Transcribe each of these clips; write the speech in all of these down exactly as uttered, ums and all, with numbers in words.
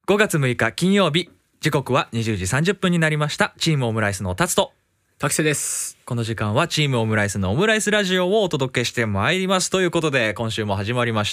ごがつむいか金曜日、時刻はにじゅうじさんじゅっぷんになりました。チームオムライスのタツとタキセです。 この時間はチームオムライスのオムライスラジオをお届けしてまいりますということで、今週も始まりました。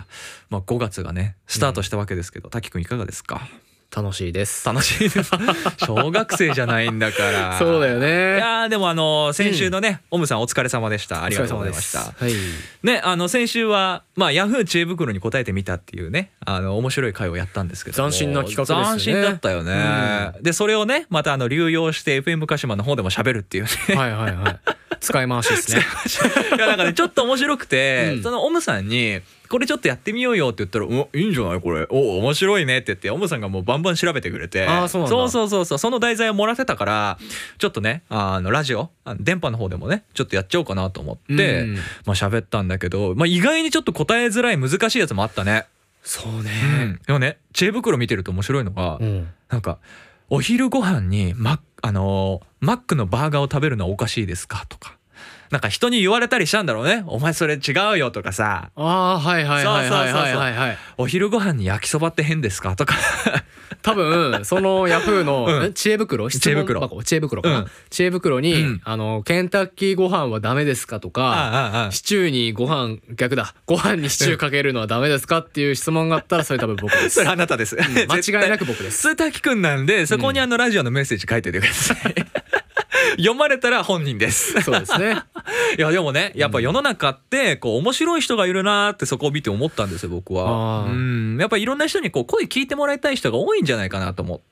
まあごがつがねスタートしたわけですけど、うん、滝くんいかがですか？ 楽しいです。 楽しいです小学生じゃないんだからそうだよね。 いやでもあの先週のね、うん、オムさんお疲れ様でした。ありがとうございました。 はい、 ね、あの先週はまあヤフー知恵袋に答えてみたっていうね、あの面白い回をやったんですけど、 斬新な企画ですね。 斬新だったよね、うん、でそれをねまたあの流用して エフエム 鹿島の方でも喋るっていうねはいはいはい使い回しですねいやなんかねちょっと面白くて、 うん、 そのオムさんにこれちょっとやってみようよって言ったら、おいいんじゃないこれ、お面白いねって言って、オムさんがもうバンバン調べてくれて、 あそうなんだ。 そうそうそうそう、その題材をもらってたから、ちょっとねあのラジオあの電波の方でもねちょっとやっちゃおうかなと思って、うん、まあ喋ったんだけど、まあ、意外にちょっと答えづらい難しいやつもあったね。 そうね、 うん、でもね知恵袋見てると面白いのが、うん、なんかお昼ご飯にマあのー、マックのバーガーを食べるのはおかしいですかとか、なんか人に言われたりしたんだろうね。お前それ違うよとかさ。 ああはいはいはいはいはいはいはい。 お昼ご飯に焼きそばって変ですかとか多分そのヤフーの、うん、知恵袋質問箱知恵袋かな、うん、知恵袋に、うん、あのケンタッキーご飯はダメですかとか、ああああシチューにご飯逆だご飯にシチューかけるのはダメですかっていう質問があったらそれ多分僕ですそれあなたです、うん、 間違いなく僕です。 それ滝くんなんで、そこにあのラジオのメッセージ書いててください読まれたら本人ですそうですねいやでもねやっぱ世の中ってこう面白い人がいるなってそこを見て思ったんですよ僕は。うんやっぱいろんな人にこう声聞いてもらいたい人が多いんじゃないかなと思って。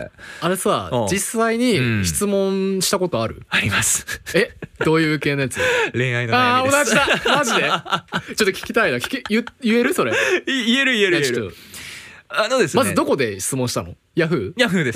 あれさ実際に質問したことある？ うん、ありますえどういう系のやつ？ 恋愛の悩みです。 あ同じだマジでちょっと聞きたいな聞き 言, 言えるそれ言える言える言える。あのですね、 まずどこで質問したの？ヤフー？ ヤフーです。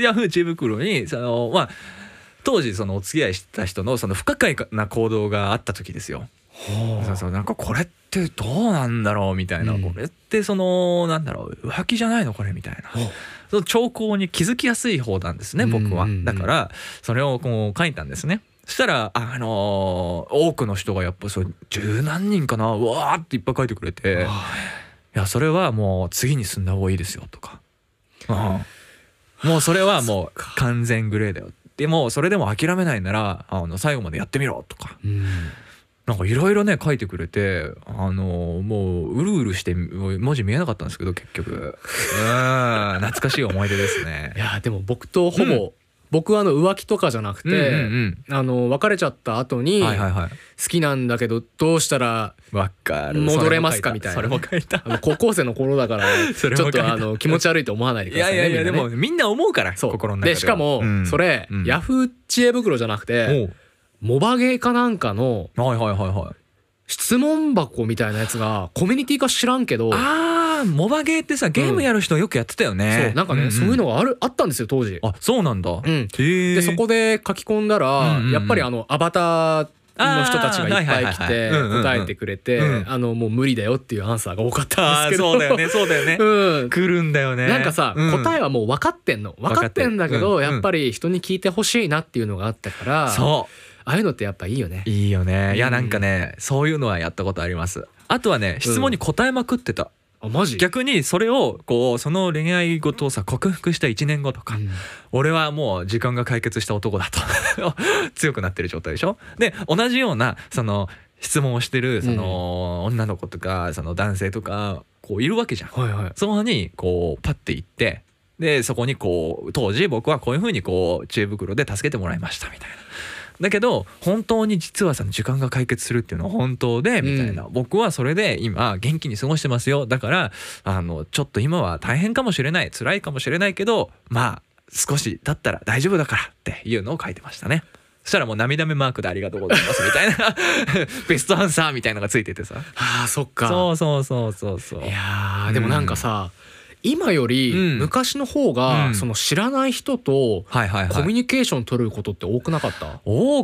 ヤフー知恵袋にそのまあ当時そのお付き合いしてた人のその不可解な行動があった時ですよ。そうそうなんかこれってどうなんだろうみたいな、うん、これってそのなんだろう浮気じゃないのこれみたいな、その兆候に気づきやすい方なんですね僕は。だからそれをこう書いたんですね。そしたらあのー、多くの人がやっぱそう十何人かなうわーっていっぱい書いてくれて、いやそれはもう次に進んだ方がいいですよとか、うん、もうそれはもう完全グレーだよ。でもそれでも諦めないならあの最後までやってみろとか、うん、なんかいろいろね書いてくれて、あのもううるうるして文字見えなかったんですけど結局うん懐かしい思い出ですね。 いやでも僕とほぼ、うん、僕はあの浮気とかじゃなくて、うんうんうん、あの別れちゃった後に、はいはいはい、好きなんだけどどうしたら戻れますかみたいな。 それも書いた。 あの高校生の頃だからちょっとあの気持ち悪いと思わないでくださいね。 いやいやいや、ね、でもみんな思うから心の中で。 でしかも、うん、それ、うん、ヤフー知恵袋じゃなくてモバゲーかなんかの質問箱みたいなやつがコミュニティか知らんけど、 あーモバゲーってさゲームやる人よくやってたよね、 うん、そうなんかね、うんうん、そういうのがあるあったんですよ当時。 あそうなんだ、 うん、でそこで書き込んだら、うんうんうん、やっぱりあのアバターの人たちがいっぱい来て答えてくれて、あのもう無理だよっていうアンサーが多かったんですけど。 そうだよねそうだよね、うん、来るんだよね。 なんかさ、うん、答えはもう分かってんの分かってんだけど、うん、やっぱり人に聞いてほしいなっていうのがあったから、そうああいうのってやっぱいいよね。 いいよね。いやなんかね、うん、そういうのはやったことあります。あとはね質問に答えまくってた、うんあマジ？ 逆にそれをこうその恋愛事をさ克服したいちねんごとか、うん、俺はもう時間が解決した男だと強くなってる状態でしょ。で同じようなその質問をしてるその女の子とかその男性とかこういるわけじゃん、はいはい、そこにこうパッて行ってでそこにこう当時僕はこういう風にこう知恵袋で助けてもらいましたみたいな。だけど本当に実はさ時間が解決するっていうのは本当でみたいな、うん、僕はそれで今元気に過ごしてますよ。だからあのちょっと今は大変かもしれない辛いかもしれないけどまあ少し経ったら大丈夫だからっていうのを書いてましたね。そしたらもう涙目マークでありがとうございますみたいなベストアンサーみたいなのがついててさあーそっかそうそうそうそうそう。 いやでもなんかさ、うん今より昔の方がその知らない人とコミュニケーション取ることって多くなかった？ 多かっ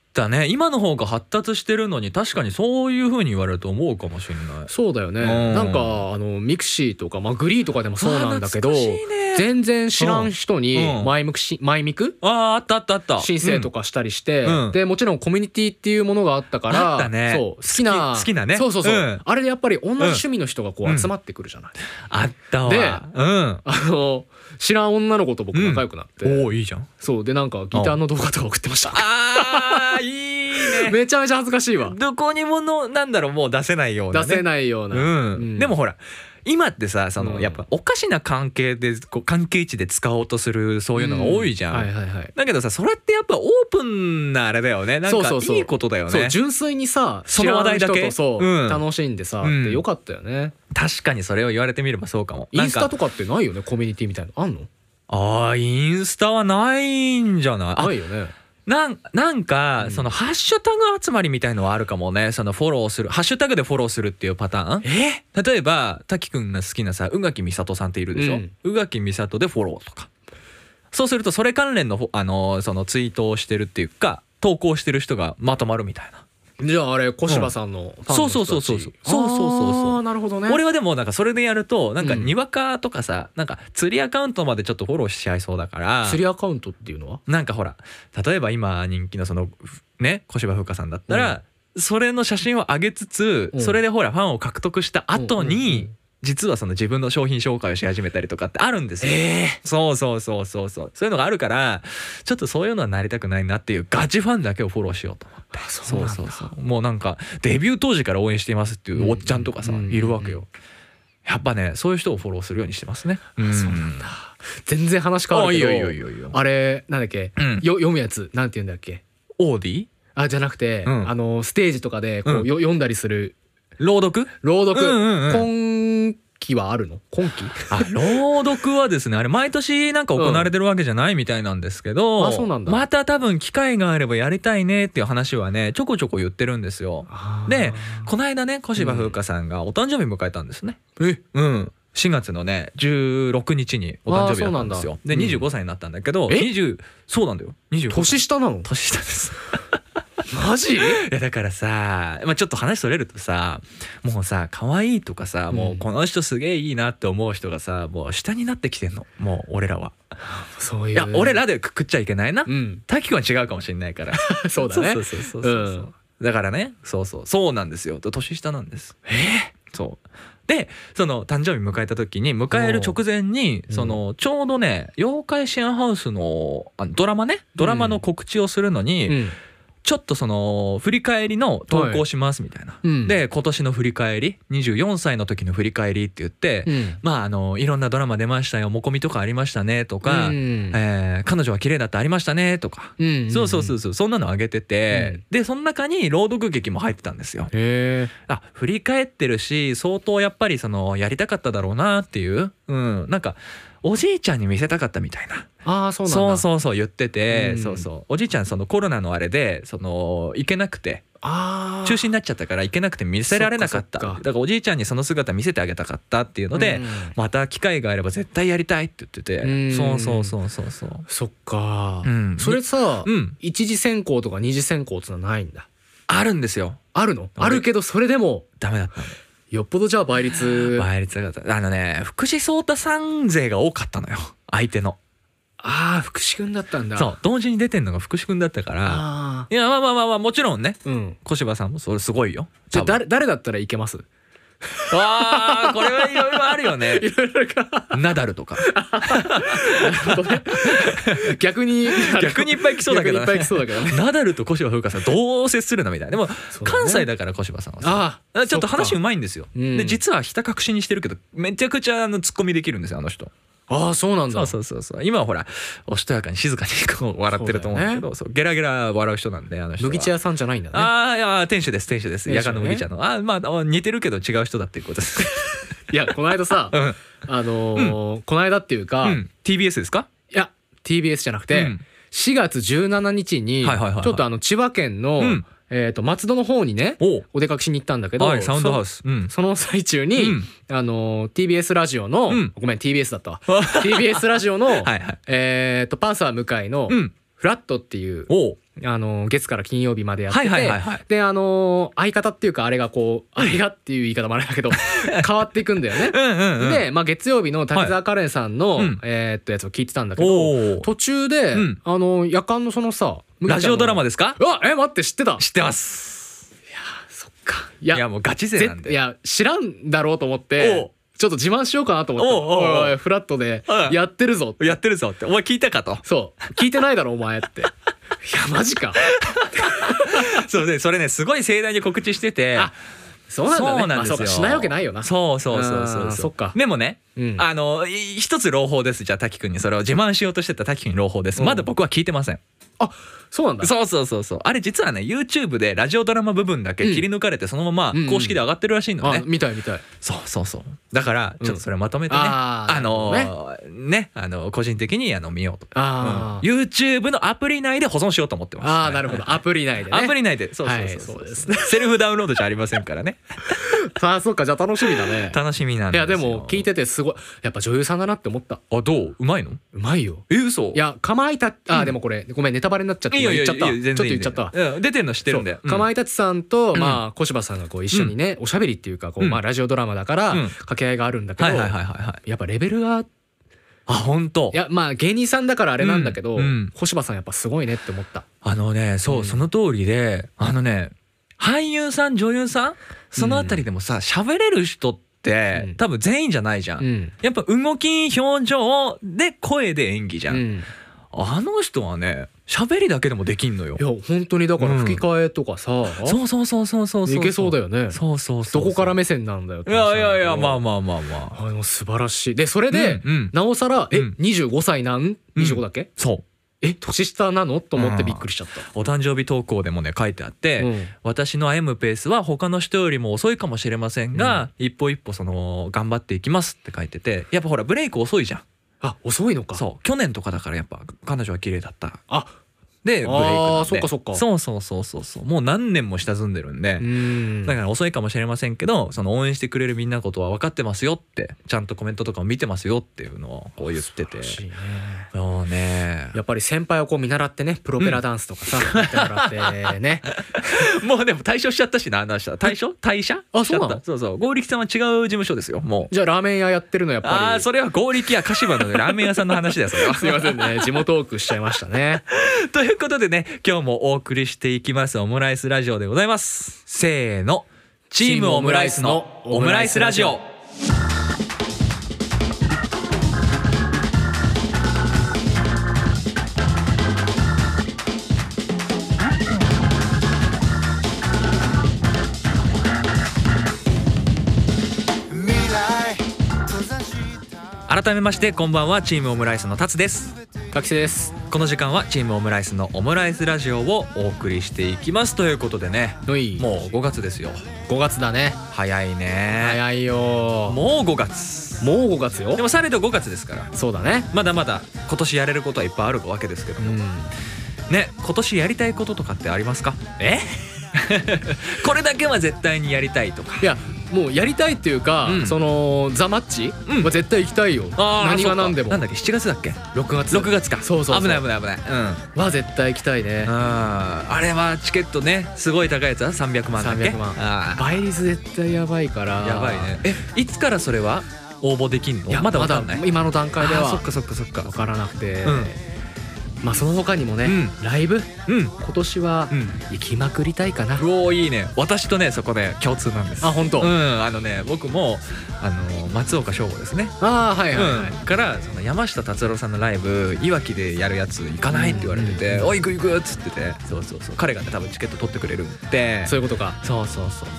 だね。今の方が発達してるのに確かにそういう風に言われると思うかもしれない。 そうだよね、うん、なんかあのミクシーとか、まあ、グリーとかでもそうなんだけど、ね、全然知らん人にマイミクし、マイミクああったあったあった申請とかしたりして、 うん、 でもちろんコミュニティっていうものがあったから、 あったね、 そう好きな好きなね、 そうそうそう、 うん、 あれでやっぱり同じ趣味の人がこう集まってくるじゃない、 うん、あったわ。 で、 うん、 あの知らん女の子と僕仲良くなって、 うん、おーいいじゃん。 そうでなんかギターの動画とか送ってました。 あーいいね。 めちゃめちゃ恥ずかしいわ。 どこにものなんだろう、もう出せないような、ね、 出せないような、 うんうん、 でもほら今ってさその、うん、やっぱおかしな関係でこう関係値で使おうとするそういうのが多いじゃん、うんはいはいはい、だけどさそれってやっぱオープンなあれだよね。なんかいいことだよね。 そうそうそう、純粋にさその話題だけそう、うん、楽しんでさ、 うん、 でよかったよね。 確かにそれを言われてみればそうかも。 インスタとかってないよね、コミュニティみたいなのあんの？ あーインスタはないんじゃない？ ないよね。 なんなんか、うん、そのハッシュタグ集まりみたいのはあるかもね。そのフォローするハッシュタグでフォローするっていうパターン。え例えば滝くんが好きなさ宇垣美里さんっているでしょ、うん、宇垣美里でフォローとか、そうするとそれ関連の、あのそのツイートをしてるっていうか投稿してる人がまとまるみたいな。 じゃああれ小柴さんのファンの人たち、 そうそうそうそうそうそうそうそう。 あなるほどね。 俺はでもなんかそれでやるとなんかにわかとかさ、うん、なんか釣りアカウントまでちょっとフォローしちゃいそうだから。 釣りアカウントっていうのはなんかほら例えば今人気のそのね小柴風花さんだったら、うん、それの写真を上げつつ、うん、それでほらファンを獲得した後に、うんうんうん、実はその自分の商品紹介をし始めたりとかってあるんですよ、えー、そうそうそうそうそうそういうのがあるからちょっとそういうのはなりたくないなっていうガチファンだけをフォローしようと思って。そうそうそうもうなんかデビュー当時から応援していますっていうおっちゃんとかさ、うん、いるわけよ。やっぱねそういう人をフォローするようにしてますね。 うん、そうなんだ。全然話変わるけど、あ、いいよいいよいいよ。あれなんだっけ、うん、よ読むやつなんて言うんだっけ。 オーディあじゃなくて、うん、あのステージとかでこう、うん、よ読んだりする朗読朗読、 うんうんうん、 今期はあるの？今期あ朗読はですねあれ毎年なんか行われてるわけじゃないみたいなんですけど、うん、 あそうなんだ。 また多分機会があればやりたいねっていう話はねちょこちょこ言ってるんですよ。でこの間ね小柴風花さんがお誕生日迎えたんですね、うん、えうんしがつのねじゅうろくにちにお誕生日だったんですよ。でにじゅうごさいになったんだけど、うん、にじゅうそうなんだよにじゅうごさい。 年下なの？ 年下ですマジ？いやだからさ、まあ、ちょっと話それるとさもうさ可愛いとかさ、うん、もうこの人すげえいいなって思う人がさもう下になってきてんのもう俺らは。 そういういや俺らでくくっちゃいけないな、 うん、 滝くんは違うかもしれないからそうだね。 そうそうそうそうそう、うん、だからねそうそうそうなんですよ年下なんです。えー、そうでその誕生日迎えた時に迎える直前にそのちょうどね妖怪シェアハウスのあのドラマねドラマの告知をするのに、うんうんちょっとその振り返りの投稿しますみたいな、はいうん、で今年の振り返りにじゅうよんさいの時の振り返りって言って、うん、まああのいろんなドラマ出ましたよもこみとかありましたねとか、うんえー、彼女は綺麗だったありましたねとか、うんうんうん、そうそうそうそうそんなのあげてて、うん、でその中に朗読劇も入ってたんですよ。へーあ振り返ってるし相当やっぱりそのやりたかっただろうなっていう、うん、なんかおじいちゃんに見せたかったみたいな。 あそうなんだ。 そうそうそう言ってて、うん、そうそうおじいちゃんそのコロナのあれでその行けなくてあ中止になっちゃったから行けなくて見せられなかった。だからおじいちゃんにその姿見せてあげたかったっていうので、うん、また機会があれば絶対やりたいって言ってて、うん、そうそうそうそうそうそっか、うん、それさ、うん、一次選考とか二次選考ってのはないんだ。 あるんですよ。 あるの？あるけどそれでもダメだったの。 よっぽどじゃあ倍率倍率があった。あのね福士蒼汰さん勢が多かったのよ相手の。 ああ福士くんだったんだ。 そう同時に出てんのが福士くんだったからいやまあまあまあまあもちろんね、うん、小柴さんもそれすごいよ。 じゃあ誰誰だったらいけます？ わあこれはいろいろあるよね。 いろいろかナダルとかなるほどね逆に逆にいっぱい来そうだけど、 ね、いっぱい来そうだけどねナダルと小柴風花さんどう接するのみたいな。でも、ね、関西だから小柴さんはさあちょっと話うまいんですよ、うん、で実はひた隠しにしてるけどめちゃくちゃあのツッコミできるんですよあの人。 ああそうなんだ。 そうそうそうそう今はほらおしとやかに静かにこう笑ってると思うんだけどそう、ね、ゲラゲラ笑う人なんであの人は。 麦茶屋さんじゃないんだね。 ああいや店主です店主です。やかの麦茶のあまあ似てるけど違う人だっていうことですいやこの間さ、うん、あのーうん、この間っていうか、うん、 ティービーエス ですか？ いや ティービーエス じゃなくて、うん、しがつじゅうしちにちにちょっとあの千葉県の、うんえー、と松戸の方にね お, お出かけしに行ったんだけど、 はい、サウンドハウス そ,、うん、 その最中に、うんあのー、ティービーエス ラジオの、うん、ごめん ティービーエス だったわティービーエス ラジオのはい、はいえー、とパンサー向井のフラットっていうあの月から金曜日までやってて、 はいはいはいはい、 であの相方っていうかあれがこう相方っていう言い方もあれだけど変わっていくんだよね。 うんうんうん、 で、まあ、月曜日の滝沢カレンさんの、はい、えー、っとやつを聞いてたんだけど、途中で、うん、あの夜間のそのさラジオドラマですか？ あ、え、待って、知ってた？ 知ってます。 いやそっか。いや、 いやもうガチ勢なんで。 いや知らんだろうと思ってちょっと自慢しようかなと思って、おうおうおう、おいフラットでやってるぞって、 やってるぞって、お前聞いたかと。 そう聞いてないだろお前っていやマジかそうね、それねすごい盛大に告知してて、あ、 そうなんだね。 そうなんですよ。 まあ、しないわけないよな。 そうそうそうそう。 そっか。 でもね、 うん、 あの一つ朗報です。じゃあ滝くんにそれを自慢しようとしてた滝くんに朗報です。まだ僕は聞いてません。 あ、そうなんだ。 そうそうそうそう。あれ実はね YouTube でラジオドラマ部分だけ切り抜かれてそのまま公式で上がってるらしいのね。 うんうん、あ、見たい見たい。 そうそうそう。だからちょっとそれまとめてね、うん、あ, あのー、ね, ねあの個人的にあの見ようと。あ、うん、YouTube のアプリ内で保存しようと思ってます。 ああ、なるほど。アプリ内でね。 アプリ内で、そうそうそう、はい、そうですね。セルフダウンロードじゃありませんからね。 ああ、そっか、じゃあ楽しみだね。 楽しみなんですよ。 いやでも聞いててすごいやっぱ女優さんだなって思った。 あ、どう？うまいの？ うまいよ。 え、嘘？ いや、かまいたあ、うん、でもこれごめんネタバレになっちゃって言っちゃった。ちょっと言っちゃったわ。 うん、出てるの知ってるんだよ。 かまいたちさんと、まあ小芝さんがこう一緒にね、おしゃべりっていうかこう、まあラジオドラマだから掛け合いがあるんだけど、やっぱレベルが、 あ、本当。 いや、まあ芸人さんだからあれなんだけど、小芝さんやっぱすごいねって思った。 あのね、そう、その通りで、あのね、俳優さん女優さんそのあたりでもさ、喋れる人って多分全員じゃないじゃん。やっぱ動き表情で声で演技じゃん。あの人はね喋りだけでもできんのよ。 いや本当にだから吹き替えとかさ、うん、 そうそうそうそうそうそういけそうだよね。 そうそうそう、 どこから目線なんだよ。 いやいやいや、まあまあまあまあ、 あの素晴らしい。でそれで、うんうん、なおさらえ、うん、にじゅうごさいなん？にじゅうごだっけ？うん、そうえ年下なのと思ってびっくりしちゃった。 お誕生日投稿でもね書いてあって、うん、私の歩むペースは他の人よりも遅いかもしれませんが、うん、一歩一歩その頑張っていきますって書いてて、やっぱほらブレイク遅いじゃん。 あ、遅いのか。 そう去年とかだからやっぱ彼女は綺麗だった。 あ、 でブレイクなんで。 あ、そっかそっか。 そうそうそうそうそう、もう何年も下積んでるんで、うんだから遅いかもしれませんけど、その応援してくれるみんなのことは分かってますよって、ちゃんとコメントとかも見てますよっていうのをこう言ってて、 素晴らしいね。 そうね、 やっぱり先輩をこう見習ってね、プロペラダンスとかさ、うん、見てもらってねもうでも退所しちゃったしな、あの人退所退社あ、そうなの。 そうそう、剛力さんは違う事務所ですよもう。 じゃあラーメン屋やってるのやっぱり。 ああ、それは剛力や鹿島の、ね、ラーメン屋さんの話だよそれはすいませんね、地元トークしちゃいましたねということでね、今日もお送りしていきますオムライスラジオでございます。せーの、チームオムライスのオムライスラジオ。改めましてこんばんは、チームオムライスのタツです。 かきせです。 この時間はチームオムライスのオムライスラジオをお送りしていきますということでね、もうごがつですよ。 ごがつだね。 早いね。 早いよ。 もうごがつ。 もうごがつよ。 でもされどごがつですから。 そうだね。 まだまだ今年やれることはいっぱいあるわけですけども、うん、ね、今年やりたいこととかってありますか？えこれだけは絶対にやりたいとか。 いやもうやりたいっていうか、うん、そのザマッチは絶対行きたいよ、うん、何が何でも。 なんだっけ、しちがつだっけ？ ろくがつ。 ろくがつか。 そうそうそう、 危ない危ない危ない。 うんは絶対行きたいね。 ああれはチケットねすごい高いやつはさんびゃくまんだっけ？さんびゃくまん。 倍率絶対やばいから。 やばいね。え、いつからそれは応募できんの？いやまだ分かんない。 今の段階では。 そっかそっかそっか。 分からなくて、うん、まあその他にもね、うん、ライブ、うん、今年は行きまくりたいかな。 うおー、いいね。私とねそこで共通なんです。 あ、本当。 うん、あのね僕もあの松岡翔吾ですね。 ああ、はいはいはい、 うん、からその山下達郎さんのライブいわきでやるやつ行かないって言われてて、うん、おい行く行くっつってて、そうそうそう、彼がね多分チケット取ってくれるんで。 そういうことか。 そうそうそう、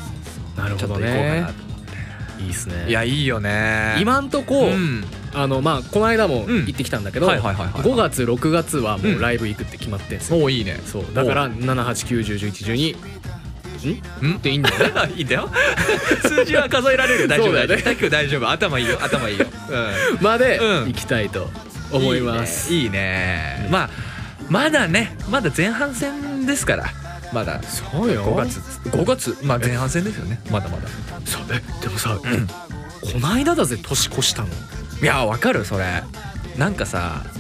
なるほどね。ちょっと行こうかなと思って。いいっすね。 いや、いいよね。 今んとこ、うん、あのまあこの間も行ってきたんだけど、ごがつろくがつはもうライブ行くって決まってんすよ。 おー、いいね。 そうだからななはちきゅうじゅうじゅういちじゅうにんんっていいんだよね。 いいんだよ。数字は数えられるよ。大丈夫大丈夫。タキ大丈夫。頭いいよ頭いいよ。 うん、まで行きたいと思います。 いいね。まあまだね、まだ前半戦ですから。まだそうよ。 ごがつごがつ、まあ前半戦ですよね。まだまだ。 そう、えでもさ、こないだだぜ年越したの。 いやわかるそれ。なんかさちょっ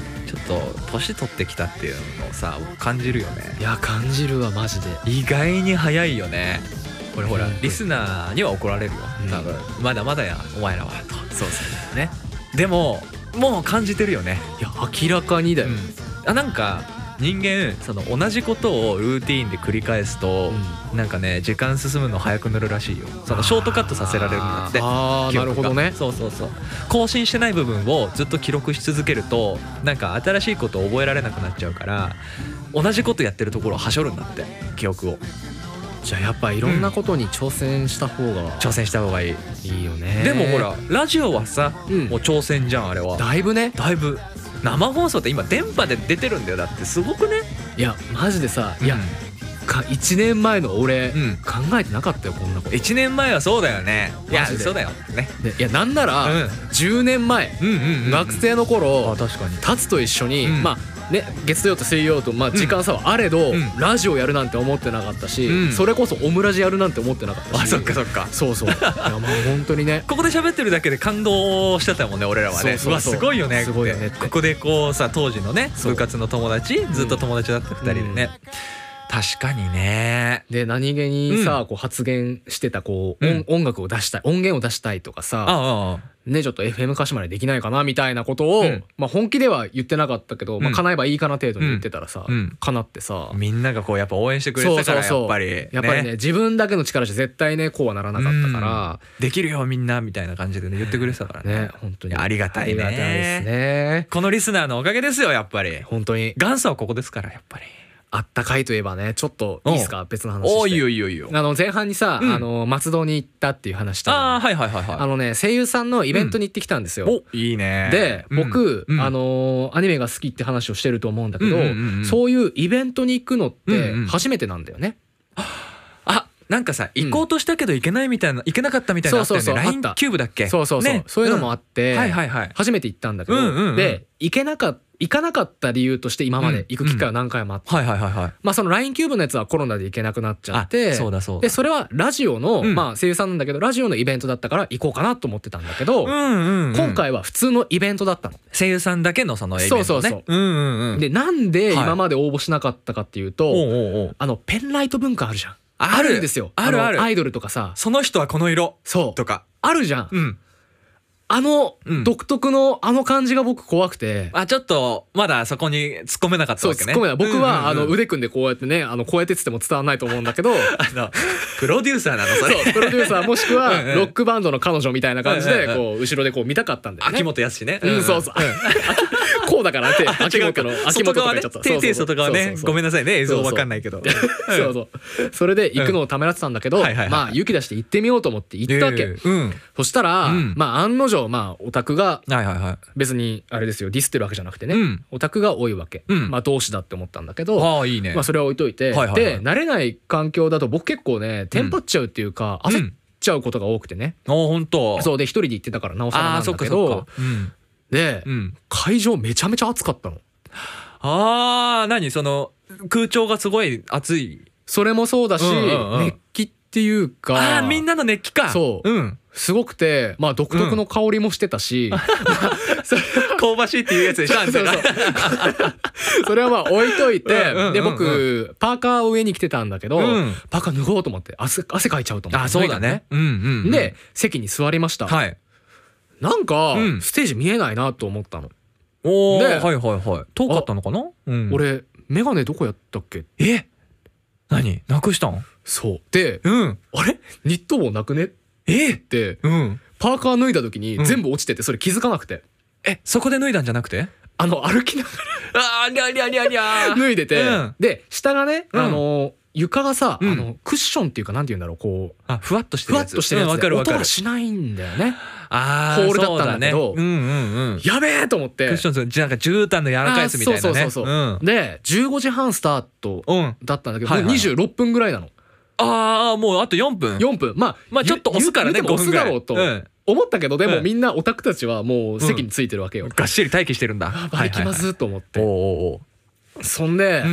と年取ってきたっていうのをさ感じるよね。 いや感じるわマジで。 意外に早いよね。これほらうんリスナーには怒られるようん多分、まだまだやお前らはと。 そうそうね。 でももう感じてるよね。 いや明らかにだよ。 うん、あなんか人間その同じことをルーティーンで繰り返すと、 うなんかね時間進むの早くなるらしいよ。そのショートカットさせられるんだって。 ああなるほどね。 そうそうそう。更新してない部分をずっと記録し続けるとなんか新しいことを覚えられなくなっちゃうから、同じことやってるところをはしょるんだって記憶を。 じゃあやっぱいろんなことに挑戦した方が挑戦した方がいい。 いいよね。 でもほらラジオはさ、 うんもう挑戦じゃんあれは。 だいぶね。 だいぶ生放送って今電波で出てるんだよ。だってすごくね。 いやマジでさ、いやうんかいちねんまえの俺、 うん考えてなかったよこんなこと。 いちねんまえはそうだよね。いやマジでそうだよね。 でいやなんなら、 うんじゅうねんまえ、 うんうんうんうん、 学生の頃あ確かに。 タツと一緒に、 うんまあね月曜と水曜とまあ時間差はあれど、 うんラジオやるなんて思ってなかったし、 うんそれこそオムラジやるなんて思ってなかったし。 あそっかそっか。 そうそう。いやまあ本当にね。 ここで喋ってるだけで感動してたもんね俺らはね。 そうそうそうわすごいよねって。 すごいよねってここでこうさ当時のねそう部活の友達ずっと友達だったふたりでね、確かにね。 で何気にさ、こう発言してたこう、 うん音音楽を出したい音源を出したいとかさ、 ああねちょっと エフエム 歌詞までできないかなみたいなことを、 うんまあ本気では言ってなかったけど、まあ叶えばいいかな程度に言ってたらさ、 うんうん叶ってさ、 みんながこうやっぱ応援してくれてたからやっぱりねやっぱりね自分だけの力じゃ絶対ねこうはならなかったから、 できるよみんなみたいな感じでね言ってくれてたからね。 ね本当にいやありがたいね。 ありがたいですね。 このリスナーのおかげですよやっぱり。 本当に元祖はここですからやっぱり。 あったかいといえばねちょっといいですか別の話して。 おいいよいいよいいよ。 あの前半にさ、 うんあの松戸に行ったっていう話したじゃない。 ああはいはいはいはい。 あのね声優さんのイベントに行ってきたんですよ。 おいいね。 でうん僕、 うんあのーアニメが好きって話をしてると思うんだけど、 うんうんうんうんそういうイベントに行くのってうんうん初めてなんだよね。 あなんかさ行こうとしたけど行けないみたいな行けなかったみたいなのあったよね。 そうそうそうライン キューブだっけ。 そうそうそう、 ねそういうのもあって、 うんはいはいはい。 初めて行ったんだけど、 うんうんうんで行けなか行かなかった理由として今まで行く機会は何回もあって、 はいはいはいはい。 まあその ライン キューブのやつはコロナで行けなくなっちゃってあそうだそうだ。 でそれはラジオの、 うんまあ声優さんなんだけどラジオのイベントだったから行こうかなと思ってたんだけど、 うんうんうん、 今回は普通のイベントだったの。 声優さんだけのそのイベントね。 そうそうそううんうんうん。 でなんではい今まで応募しなかったかっていうと、 おうおうおうあのペンライト文化あるじゃん。 あるあるんですよ。 あるあるのアイドルとかさ、 その人はこの色そうとか。 あるじゃん。 うん。 あのうん独特のあの感じが僕怖くて。 あちょっとまだそこに突っ込めなかったそうわけね。 突っ込めない。僕は、あのうんうんうん腕組んでこうやってね、あのこうやってつっても伝わらないと思うんだけど、 あのプロデューサーなのそれ。 そうプロデューサーもしくはうんうんロックバンドの彼女みたいな感じでうんうんうんこう後ろでこう見たかったんだよね。 秋元康ね。 うんそうそう。こうだからってあ秋元の違うか秋元とか外側ね。 言っちゃった。 手手外側ね。ごめんなさいね映像わかんないけど。 そうそう。それで行くのをためらってたんだけど、 うんはいはいはいまあ勇気出して行ってみようと思って行ったわけ。 うん。 そしたら、 うんまあ案の定まあオタクがはいはいはい。 別にあれですよディスってるわけじゃなくてね、 うんオタクが多いわけ、 うんまあ同志だって思ったんだけど、 ああいいね。 まあそれは置いといて、 はいはいはいで慣れない環境だと僕結構ねテンパっちゃうっていうか、 うん焦っちゃうことが多くてね、 あ本当。 そうで一人で行ってたからなおさらなんああそっだけどかそっか。うんで、 うん。 会場めちゃめちゃ暑かったの。 ああ何その空調がすごい暑い。 それもそうだし、 うんうんうん熱気っていうかああみんなの熱気か。 そううん。 すごくてまあ独特の香りもしてたし、 香ばしいっていうやつでしょあんたが。 そうそうそれはまあ置いといて、 うんうんうんうんで僕パーカーを上に着てたんだけど、 うんパーカー脱ごうと思って汗汗かいちゃうと思ってあそうだね。うんうんうん。 で席に座りました、 はい。 なんかうんステージ見えないなと思ったの、 おお。 ではいはいはい。遠かったのかな。うん。 俺メガネどこやったっけ。 え何なくしたん。 そうで、 うん。 あれニット帽なくねっえてうん。 パーカー脱いだ時にうん全部落ちててそれ気づかなくて、 えそこで脱いだんじゃなくて。 あの歩きながあーりゃりゃりゃりゃら脱いでて、 うんで下がね、 うんあの床がさ、 うんあのクッションっていうかなんて言うんだろうこうあふわっとしてふわっるやつ。 としてるやつでうんわかるわかる音が。しないんだよね。 あホールだったんだけどそうね、うんうんうん。 やべえと思ってクッションなんか絨毯の柔らかいやつみたいなね。 あーそうそうそうそううん。 でじゅうごじはんスタートうん。 だったんだけど、 はいはいはいもうにじゅうろっぷんぐらいなの。 ああもうあとよんぷん。 よんぷんまあまあちょっと押すからね言う言うても押すだろうとごふんぐらいうん思ったけどでもうんみんなオタクたちはもう席についてるわけよ。 がっしり待機してるんだ。 あバリ気まずっと思って、 おうおうおう。 そんで、 うん。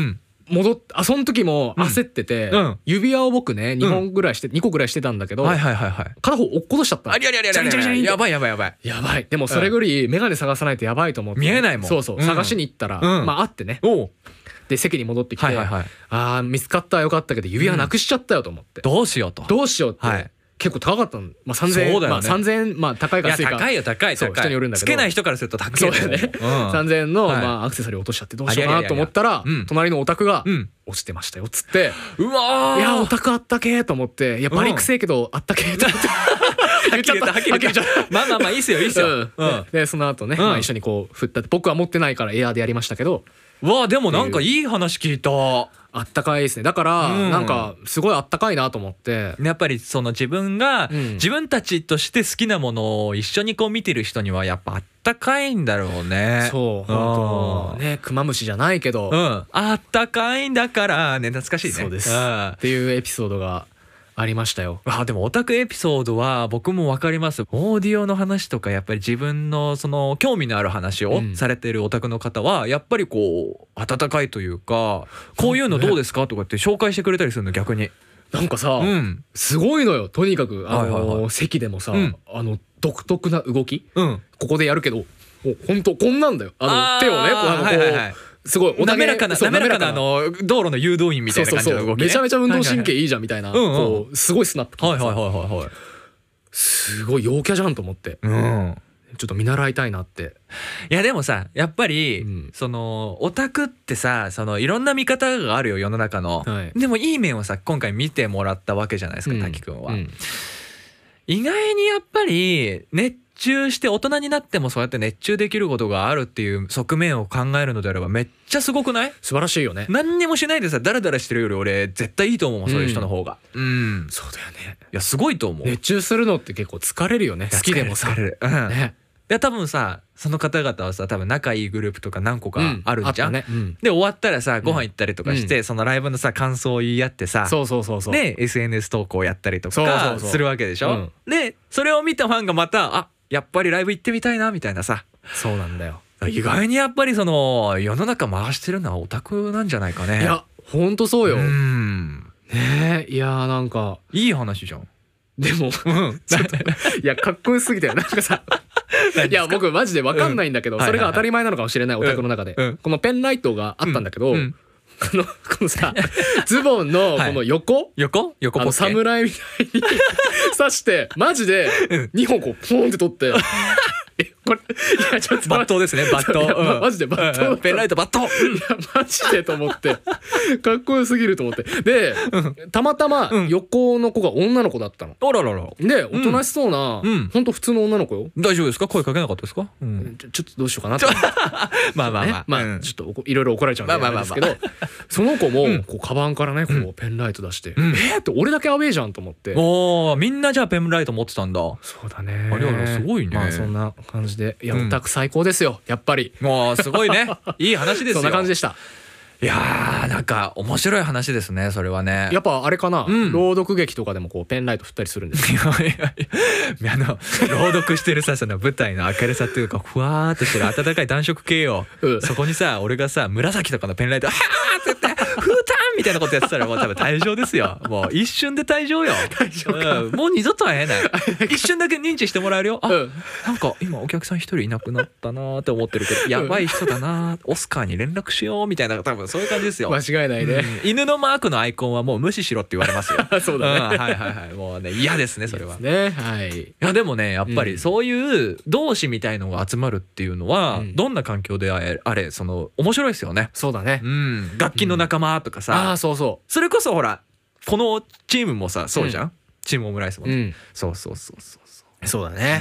戻ってあその時も焦ってて、 うんうん、 指輪を僕ねにほんぐらいして、うん、にこぐらいしてたんだけど、 はいはいはいはい、 片方落っことしちゃった。 ありゃりゃりゃりゃりゃりゃ、やばいやばいやばいやばい。でもそれぐらい眼鏡探さないとやばいと思って、 見えないもん。 そうそう、うん、探しに行ったら、うん、まああってね。おで席に戻ってきて、はいはいはい、ああ見つかったらよかったけど指輪なくしちゃったよと思って、 うん、どうしようとどうしようって、はい、結構高かったの、まあ、さんぜんえん、そうだよね、まあ、さんぜんえん、まあ高いか安いか、いや高いよ高い高い、 人によるんだけど、 つけない人からすると高いよね、うん、さんぜんえんの、はい、まあ、アクセサリー落としちゃってどうしようかなと思ったら、うん、隣のお宅が、うん落ちてましたよっつって、うわー、いやお宅あったけーと思って、いやバリくせえけどあったけーと思ってはっきり言ったはっきり言ったまあまあまあいいっすよいいっすよ、うんうん、でその後ね、うんまあ、一緒にこう振ったって、僕は持ってないからエアーでやりましたけど、 わあでもなんかいい話聞いた。 あったかいですね。だから、うん、なんかすごいあったかいなと思って、 やっぱりその自分が、うん、自分たちとして好きなものを一緒にこう見てる人にはやっぱあったかいんだろうね。 そう本当ね、クマムシじゃないけど、 うん、あったかいんだからね、懐かしいね。 そうです、うん、っていうエピソードがありましたよ。 あでもオタクエピソードは僕も分かります。オーディオの話とかやっぱり自分のその興味のある話をされているオタクの方はやっぱりこう温かいというか、こういうのどうですかとかって紹介してくれたりするの逆に。 なんかさ、うん、すごいのよとにかくあの、はいはいはい、席でもさ、うん、あの独特な動き、うん、ここでやるけど本当こんなんだよ、あの手をねこうあのこう、はいはいはい、すごい滑らかな滑らかなあの道路の誘導員みたいな感じの動き、ね、そうそうそう、めちゃめちゃ運動神経いいじゃんみたいな、はいはいはい、こうすごいスナップ、 はいはいはいはいはい、 すごい陽キャじゃんと思って、うん、ちょっと見習いたいなって。 いやでもさやっぱり、うん、そのオタクってさ、そのいろんな見方があるよ世の中の、はい、でもいい面をさ今回見てもらったわけじゃないですか、うん、滝くんは、うん、意外にやっぱり熱中して大人になってもそうやって熱中できることがあるっていう側面を考えるのであればめっちゃすごくない？ 素晴らしいよね。 何にもしないでさダラダラしてるより俺絶対いいと思う、そういう人の方が。うん、 うん、そうだよね。 いやすごいと思う。 熱中するのって結構疲れるよね。好きでもさ、 うんね、いや多分さその方々はさ多分仲いいグループとか何個かあるじゃん、うんねうん、で終わったらさご飯行ったりとかして、うん、そのライブのさ感想を言い合ってさ、 そうそうそうそう、 で エスエヌエス 投稿やったりとかするわけでしょ、うん、でそれを見たファンがまたあやっぱりライブ行ってみたいなみたいなさ。 そうなんだよ。 意外にやっぱりその世の中回してるのはオタクなんじゃないかね。 いやほんとそうよ。うんねえ、いやーなんかいい話じゃん。 でも、うん、ちょっといやかっこよすぎたよなんかさいや僕マジで分かんないんだけど、うん、それが当たり前なのかもしれない、オタクの中で、うん、このペンライトがあったんだけど、うんうん、このこのさズボンのこの横、はい、 横横ポッケ、あの侍みたいに刺してマジでにほんこうポーンって取ってえこれいやちょっとバットですねバット、 うん、マジでバット、 うん、ペンライトバットいやマジでと思ってかっこよすぎると思ってで、うん、たまたま横の子が女の子だったの、 あらららでおとなしそうな、うん、ほんと普通の女の子よ。 大丈夫ですか？声かけなかったですか？うん、 ちょ、ちょっとどうしようかなとまあまあまあ、ね、 まあ、うん、ちょっといろいろ怒られちゃうんですけど、その子もこうカバンからねこうペンライト出して、うん、えーって俺だけアウェーじゃんと思って、 おーみんなじゃあペンライト持ってたんだ。 そうだね。 あれはすごいね。 まあそんな感じで、いやオタク最高ですよやっぱり。 もうすごいねいい話ですよ。 そんな感じでした。 いやーなんか面白い話ですねそれはね。 やっぱあれかな、うん、朗読劇とかでもこうペンライト振ったりするんですよ。いやいやあの朗読してるさその舞台の明るさっていうかふわーっとしてる温かい暖色系よ、うん、そこにさ俺がさ紫とかのペンライトはーって言ってフータンみたいなことやってたらもう多分退場ですよ。もう一瞬で退場よ。退場か、うん、もう二度と会えない一瞬だけ認知してもらえるよ。あ、うん、なんか今お客さん一人いなくなったなーって思ってるけどやばい人だなーオスカーに連絡しようみたいな多分そういう感じですよ。 間違いないね、 うん、犬のマークのアイコンはもう無視しろって言われますよ。 そうだね、うん、 はいはいはいもうね嫌ですねそれは。 いいですね、はい。いやでもねやっぱりそういう同志みたいのが集まるっていうのは、うん、どんな環境であれ、あれその面白いですよね。 そうだね、 うん、楽器の仲間とかさ、うん、 あそうそうそれこそほらこのチームもさそうじゃん、うん、チームオムライスも、ね、うん、そうそうそうそうそうだね、 うん、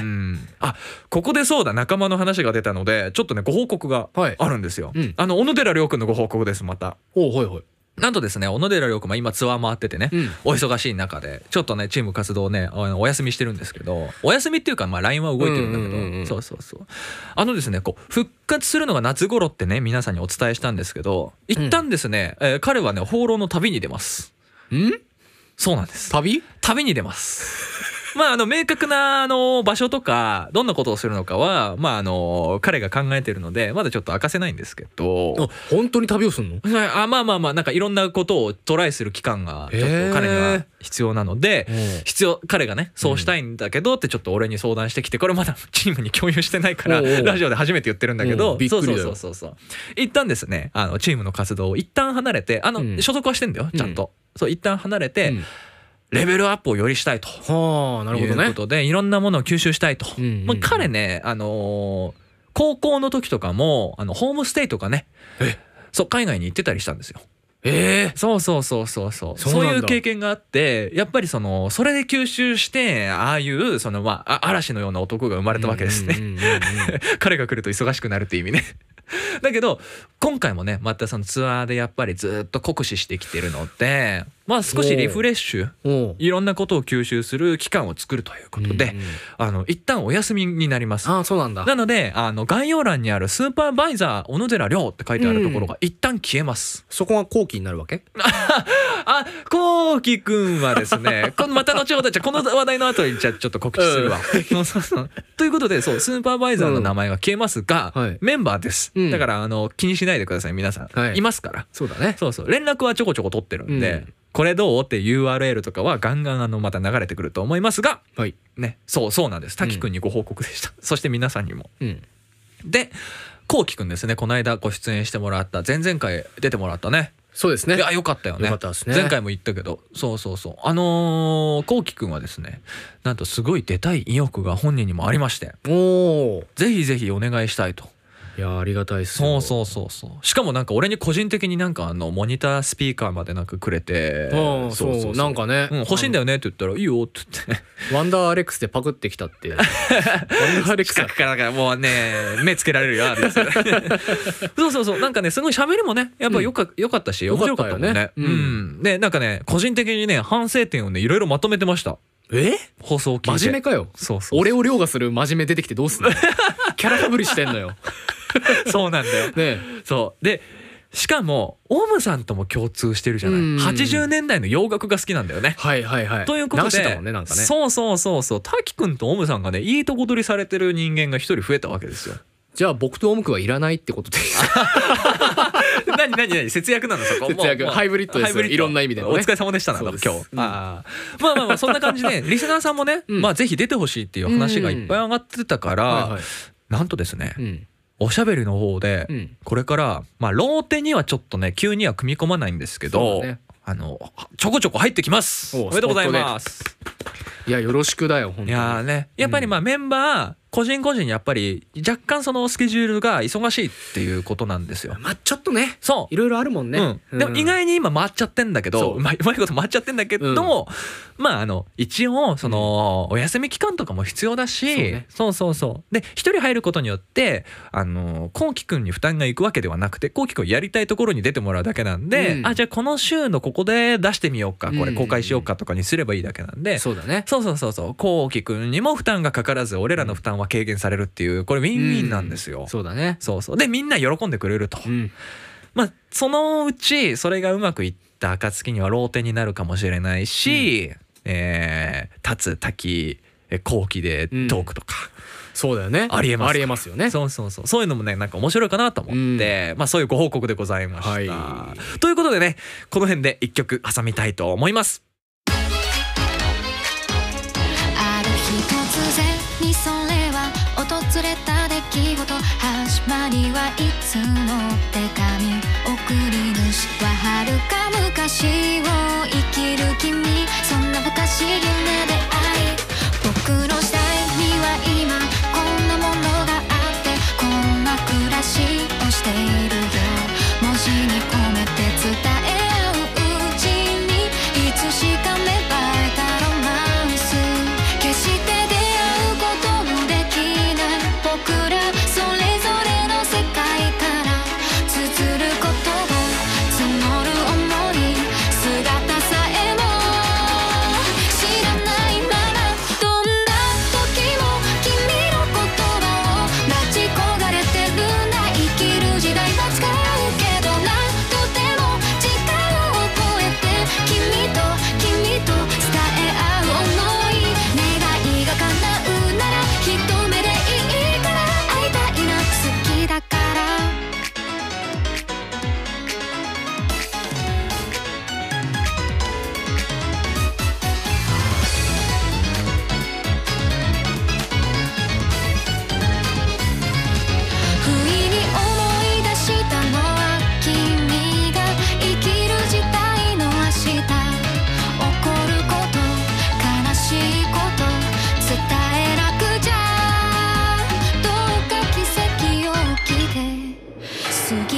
あここでそうだ仲間の話が出たのでちょっとねご報告があるんですよ、はい、うん、あの小野寺亮君のご報告です。またおはいはい。 なんとですね小野寺亮君は今ツアー回っててね、うん、お忙しい中でちょっとねチーム活動ねお休みしてるんですけど、お休みっていうかまあ ライン は動いてるんだけど、うんうんうんうん、そうそうそうあのですねこう復活するのが夏頃ってね皆さんにお伝えしたんですけど一旦ですね、うんえー、彼はね放浪の旅に出ます。 んそうなんです。 旅旅に出ますまああの明確なあの場所とかどんなことをするのかはまああの彼が考えてるのでまだちょっと明かせないんですけど。 あ、本当に旅をするの？ あ、まあまあまあなんかいろんなことをトライする期間がちょっと彼には必要なので、必要彼がねそうしたいんだけどってちょっと俺に相談してきて、これまだチームに共有してないからラジオで初めて言ってるんだけど、そうそうそうそうそう一旦ですねあのチームの活動を一旦離れて、あの所属はしてんだよちゃんと、そう一旦離れてレベルアップをよりしたいということでいろんなものを吸収したいと。まあ彼ねあの高校の時とかもあのホームステイとかね、そう海外に行ってたりしたんですよ。えー、そうそうそうそうそうそういう経験があって、やっぱりそのそれで吸収してああいうそのまあ嵐のような男が生まれたわけですね。彼が来ると忙しくなるって意味ね。だけど今回もねまたそのツアーでやっぱりずっと酷使してきてるので、まあ少しリフレッシュいろんなことを吸収する期間を作るということで、あの一旦お休みになります。 ああそうなんだ。 なのであの概要欄にあるスーパーバイザー小野寺亮って書いてあるところが一旦消えます。 そこが後期になるわけ？ あ、こうきくんはですね、このまた後ほどじゃこの話題の後にじゃちょっと告知するわ。そうそうそうということでそうスーパーバイザーの名前は消えますが、うんはい、メンバーです。うん、だからあの気にしないでください皆さん、はい、いますから。 そうだね。 そうそう連絡はちょこちょこ取ってるんで、うん、これどうって ユーアールエル とかはガンガンあのまた流れてくると思いますが、はい、ねそうそうなんです。滝くんにご報告でした。うん、そして皆さんにも。うん、でこうきくんですね、この間ご出演してもらった前々回出てもらったね。 そうですね。 いやよかったよね。 よかったですね。 前回も言ったけど、そうそうそうあのー、こうきくんはですね、なんとすごい出たい意欲が本人にもありまして、おぜひぜひお願いしたいと。 いやありがたいっすよ。そうそうそうそう。しかもなんか俺に個人的になんかあのモニタースピーカーまでなんかくれて、 そうそうそうなんかね、 うん、欲しいんだよねって言ったらいいよって言ってワンダーアレックスでパクってきたってワンダーアレックス近くからからもうね目つけられるよそうそうそうなんかねすごい喋りもねやっぱよか、うん、よかったし面白かったもんね。ねうん、うん、でなんかね個人的にね反省点をねいろいろまとめてました。 え放送を聞いて真面目かよ。そうそう俺を凌駕する真面目出てきてどうすんのキャラかぶりしてんのよそうなんだよ。ね、そうでしかもオムさんとも共通してるじゃない。はちじゅうねんだいの洋楽が好きなんだよね。 はいはいはい。 ということで、ねね、そうそうそうそう滝くんとオムさんがねいいとこ取りされてる人間が一人増えたわけですよ。 じゃあ僕とオムくんはいらないってことで何何何節約なのそこ。 節約ハイブリッドです。いろんな意味で、ね、 お疲れ様でしたなの今日、うん、あまあまあまあそんな感じでリスナーさんもね、うん、まあぜひ出てほしいっていう話がいっぱい上がってたから、はいはい、なんとですね、うんおしゃべりの方でこれからまあローテにはちょっとね急には組み込まないんですけど、ね、あのちょこちょこ入ってきます。おめでとうございます。 いやよろしくだよ本当に。 いやねやっぱりまあメンバー個人個人やっぱり若干そのスケジュールが忙しいっていうことなんですよ。 まあちょっとねそういろいろあるもんね、 うん、でも意外に今回っちゃってんだけどうまいこと回っちゃってんだけど、うん、まああの一応そのお休み期間とかも必要だし、そうね、そうそうそうで一人入ることによってあのこうきくんに負担がいくわけではなくてこうきくんやりたいところに出てもらうだけなんで、うん、あじゃあこの週のここで出してみようかこれ公開しようかとかにすればいいだけなんで、うん、 そうだねそうそうそうそうこうきくんにも負担がかからず俺らの負担は軽減されるっていうこれウィンウィンなんですよ、 うん、そうだねそうそうでみんな喜んでくれると、うん、まあそのうちそれがうまくいった暁にはローテになるかもしれないし、うんえー、立つ滝後期でトークとか、うん、 そうだよねありえますありえますよね。 そうそうそうそういうのもねなんか面白いかなと思って、うん、まあそういうご報告でございました、はい、ということでねこの辺で一曲挟みたいと思います。 ある日突然にそれは訪れた出来事始まりはいつも手紙送り主は遥か昔を生きる君そんな昔夢で愛僕の時代には今こんなものがあってこんな暮らしをしているよ文字に込めて伝え合ううちにいつしか芽生えたロマンス決して出会うことのできない僕らそれぞれの世界から綴る言葉募る想い姿さえも知らないま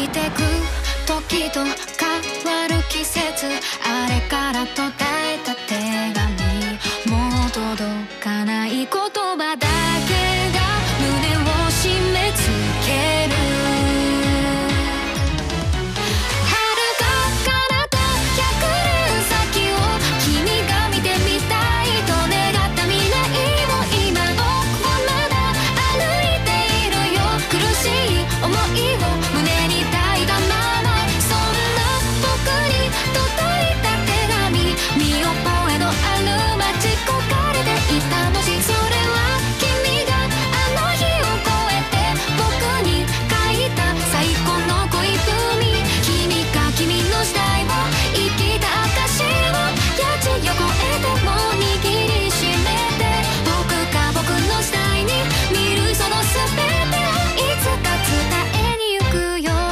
てく時と変わる季節、あれから途絶えた手紙、もう届かない言葉だけが胸を締め付ける。遥か彼方ひゃくねん先を君が見てみたいと願った未来を今僕はまだ歩いているよ。苦しい思いを胸に抱いたまま、そんな僕に届いた手紙、見覚えのある街焦がれていた文字、それは君があの日を越えて僕に書いた最高の恋文。君が君の時代を生きた証をやじを越えても握りしめて、僕が僕の時代に見るその全てをいつか伝えに行くよ。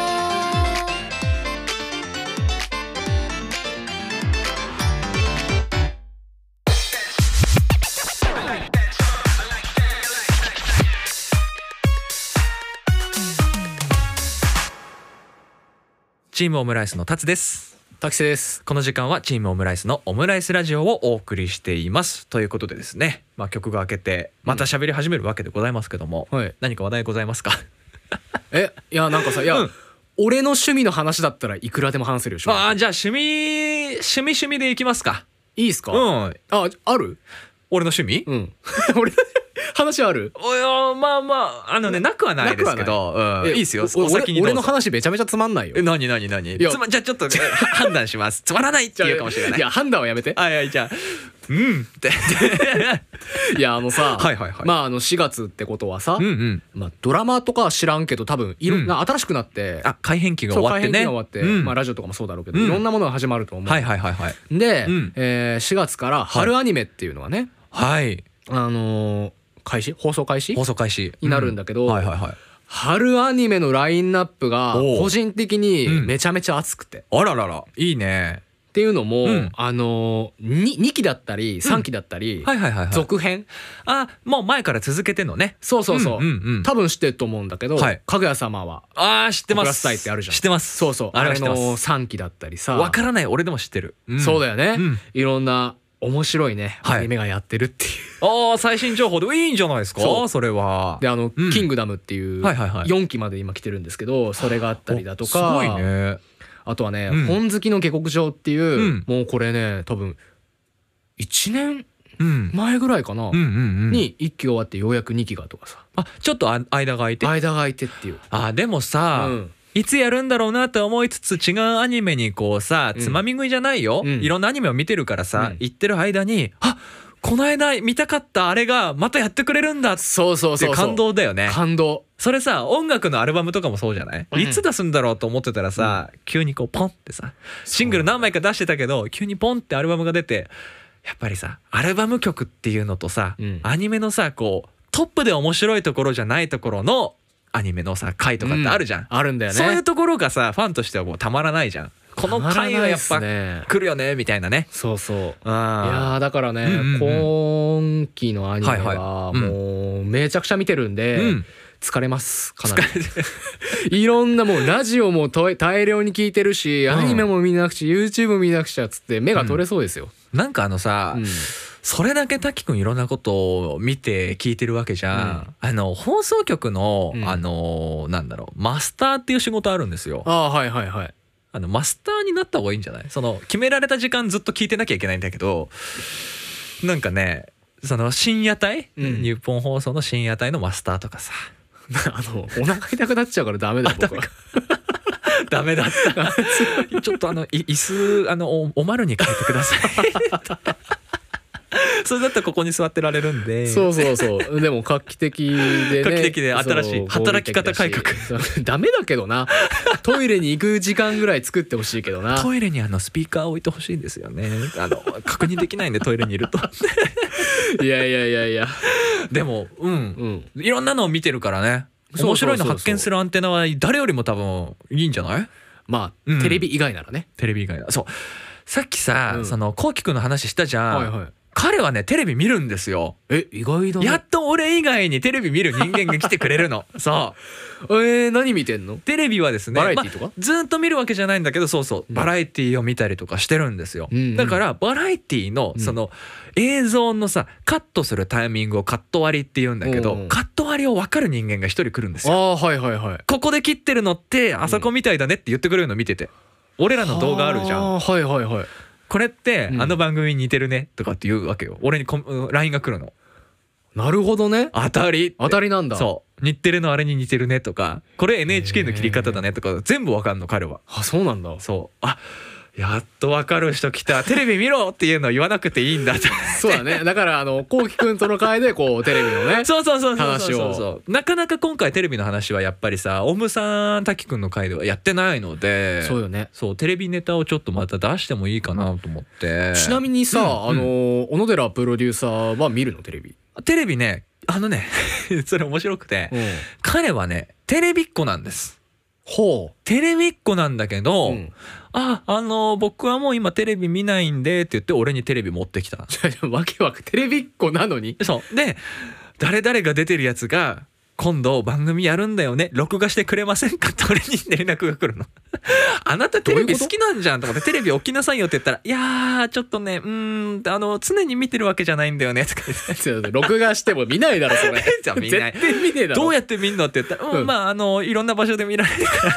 チームオムライスのタツです。 タキセです。 この時間はチームオムライスのオムライスラジオをお送りしていますということでですね、まあ、曲が明けてまた喋り始めるわけでございますけども、 はい、 何か話題ございますか？ えいやなんかさいや、 うん俺の趣味の話だったらいくらでも話せるよ。 ああじゃあ趣味趣味趣味でいきますか。 いいっすか？ うんあある？ 俺の趣味？ うん俺話ある？ おやまあまああのねなくはないですけど、うん、いいですよ。お先にどうぞ。 俺の話めちゃめちゃつまんないよ。 え何何何？つまじゃあちょっと判断します。つまらないって言うかもしれない。 いや判断はやめて。 あいやじゃあうんっていやあのさはいはいはい、 まああのしがつってことはさ、 うんうんまあ、ドラマとかは知らんけど多分いろんな新しくなって、 あ改編期が終わってね。 そう改編期が終わって、 うんまあ、ラジオとかもそうだろうけど、 うんいろんなものが始まると思う。 はいはいはいはいで、 うんえーしがつから春アニメっていうのがね、 はいあのー開始放送開始放送開始になるんだけど、 うんはいはいはい。 春アニメのラインナップがおう個人的にめちゃめちゃ熱くて、 あらららいいね。 っていうのも、 うんあのー、ににきだったりさんきだったり、 はいはいはいはい。 続編、 あもう前から続けてんのね。 そうそうそう、 うんうんうん多分知ってると思うんだけど、 はいかぐや様はあー知ってます。 僕らスタイってあるじゃん。 知ってます。 そうそう、あれあれは知ってますのさんきだったりさ、 わからない俺でも知ってる。んそうだよね、 うんいろんな面白いねはいアニメがやってるっていう、 ああ最新情報でいいんじゃないですか。 そうそれは。 であの、 うんキングダムっていうはいはいはいよんきまで今来てるんですけど、それがあったりだとおすごか、 いね。 あとはね、 うん本好きの下克上っていう、 うんもうこれね多分いちねんうんまえぐらいかな、 うんうんうん。 にいっき終わってようやくにきがとかさ、 あちょっとあ間が空いて。 間が空いてっていう、 あでもさ、 うんいつやるんだろうなって思いつつ違うアニメにこうさうんつまみ食いじゃないよ、 うんいろんなアニメを見てるからさ、 うん言ってる間にあこの間見たかったあれがまたやってくれるんだっそうそうそうそうて感動だよね。 感動。 それさ音楽のアルバムとかもそうじゃない、 うんいつ出すんだろうと思ってたらさ、急にこうポンってさシングル何枚か出してたけど急にポンってアルバムが出て、やっぱりさアルバム曲っていうのとさ、 うんアニメのさこうトップで面白いところじゃないところのアニメのさ回とかってあるじゃん、 うんあるんだよね。 そういうところがさファンとしてはもうたまらないじゃん。この回はやっぱたまらないっすね来るよねみたいなね。 そうそう。いやあーだからね、 うんうんうん今期のアニメはいははいうんもうめちゃくちゃ見てるんで、 うん疲れますかなり。 疲れていろんなもうラジオもと大量に聞いてるし、 うんアニメも見なくちゃ YouTube も見なくちゃっつって目が取れそうですよ。 なんかあのさ、 うんそれだけ滝くんいろんなことを見て聞いてるわけじゃん、あの放送局の、 うんあのなんだろうマスターっていう仕事あるんですよ。 ああはいはいはい。 あのマスターになった方がいいんじゃない？その決められた時間ずっと聞いてなきゃいけないんだけど、なんかねその深夜帯、 うん日本放送の深夜帯のマスターとかさあのお腹痛くなっちゃうからダメだよ僕は。 ダメだったちょっとあのい椅子あのおお丸に変えてくださいそれだったらここに座ってられるんで。 そうそうそう。でも画期的でね。 画期的で新しいそう働き方改革。 そうダメだけどな。トイレに行く時間ぐらい作ってほしいけどな。 トイレにあのスピーカー置いてほしいんですよね。あの確認できないんでトイレにいるといやいやいやいや。 でもうん、 うん。 いろんなのを見てるからね。面白いの発見するアンテナは誰よりも多分いいんじゃない？ まあ、 うんテレビ以外ならね。 テレビ以外だ。そうさっきさ、 うんそのこうきくんの話したじゃん、 はいはい。 彼はねテレビ見るんですよ。 え意外だね。 やっと俺以外にテレビ見る人間が来てくれるの。そうえー、何見てんの？ テレビはですねバラエティーとか、 まあ、ずっと見るわけじゃないんだけど、そうそう、 うん、 バラエティーを見たりとかしてるんですよ、 うんうん、 だからバラエティーのその映像のさカットするタイミングをカット割りって言うんだけど、 うんうん、 カット割りを分かる人間が一人来るんですよ。 あーはいはいはい。 ここで切ってるのってあそこみたいだねって言ってくれるの見てて、俺らの動画あるじゃん。 あーはいはいはい。 これって、 うん、 あの番組に似てるねとかって言うわけよ。俺にコ ライン が来るの。 なるほどね。 当たり当たりなんだ。 そう日テレのあれに似てるねとか、これ エヌエイチケー の切り方だねとか全部わかんの彼は。 あそうなんだ。 そうあやっとわかる人来た、テレビ見ろっていうのを言わなくていいんだってそうだね。だからあのこうきくんとの会でこうテレビのねそうそうそうそうそう話をそうなかなか今回テレビの話はやっぱりさオムさん滝くんの会ではやってないので、 そうよね。 そうテレビネタをちょっとまた出してもいいかなと思って。 ちなみにさ、うん、あの、 うん、 小野寺プロデューサーは見るのテレビ？ テレビねあのねそれ面白くて、うん、彼はねテレビっ子なんです。 ほう。 テレビっ子なんだけど、うん、ああの僕はもう今テレビ見ないんでって言って俺にテレビ持ってきた。 わけわけテレビっ子なのに。 そうで誰々が出てるやつが今度番組やるんだよね録画してくれませんかって俺に連絡が来るのあなたテレビ好きなんじゃんとかでテレビ置きなさいよって言ったらいやーちょっとねうーんあの常に見てるわけじゃないんだよねとか言って録画しても見ないだろそれじゃ見ない絶対見ねえだろ。 どうやって見んのって言ったら、うんうん、まああのいろんな場所で見られるから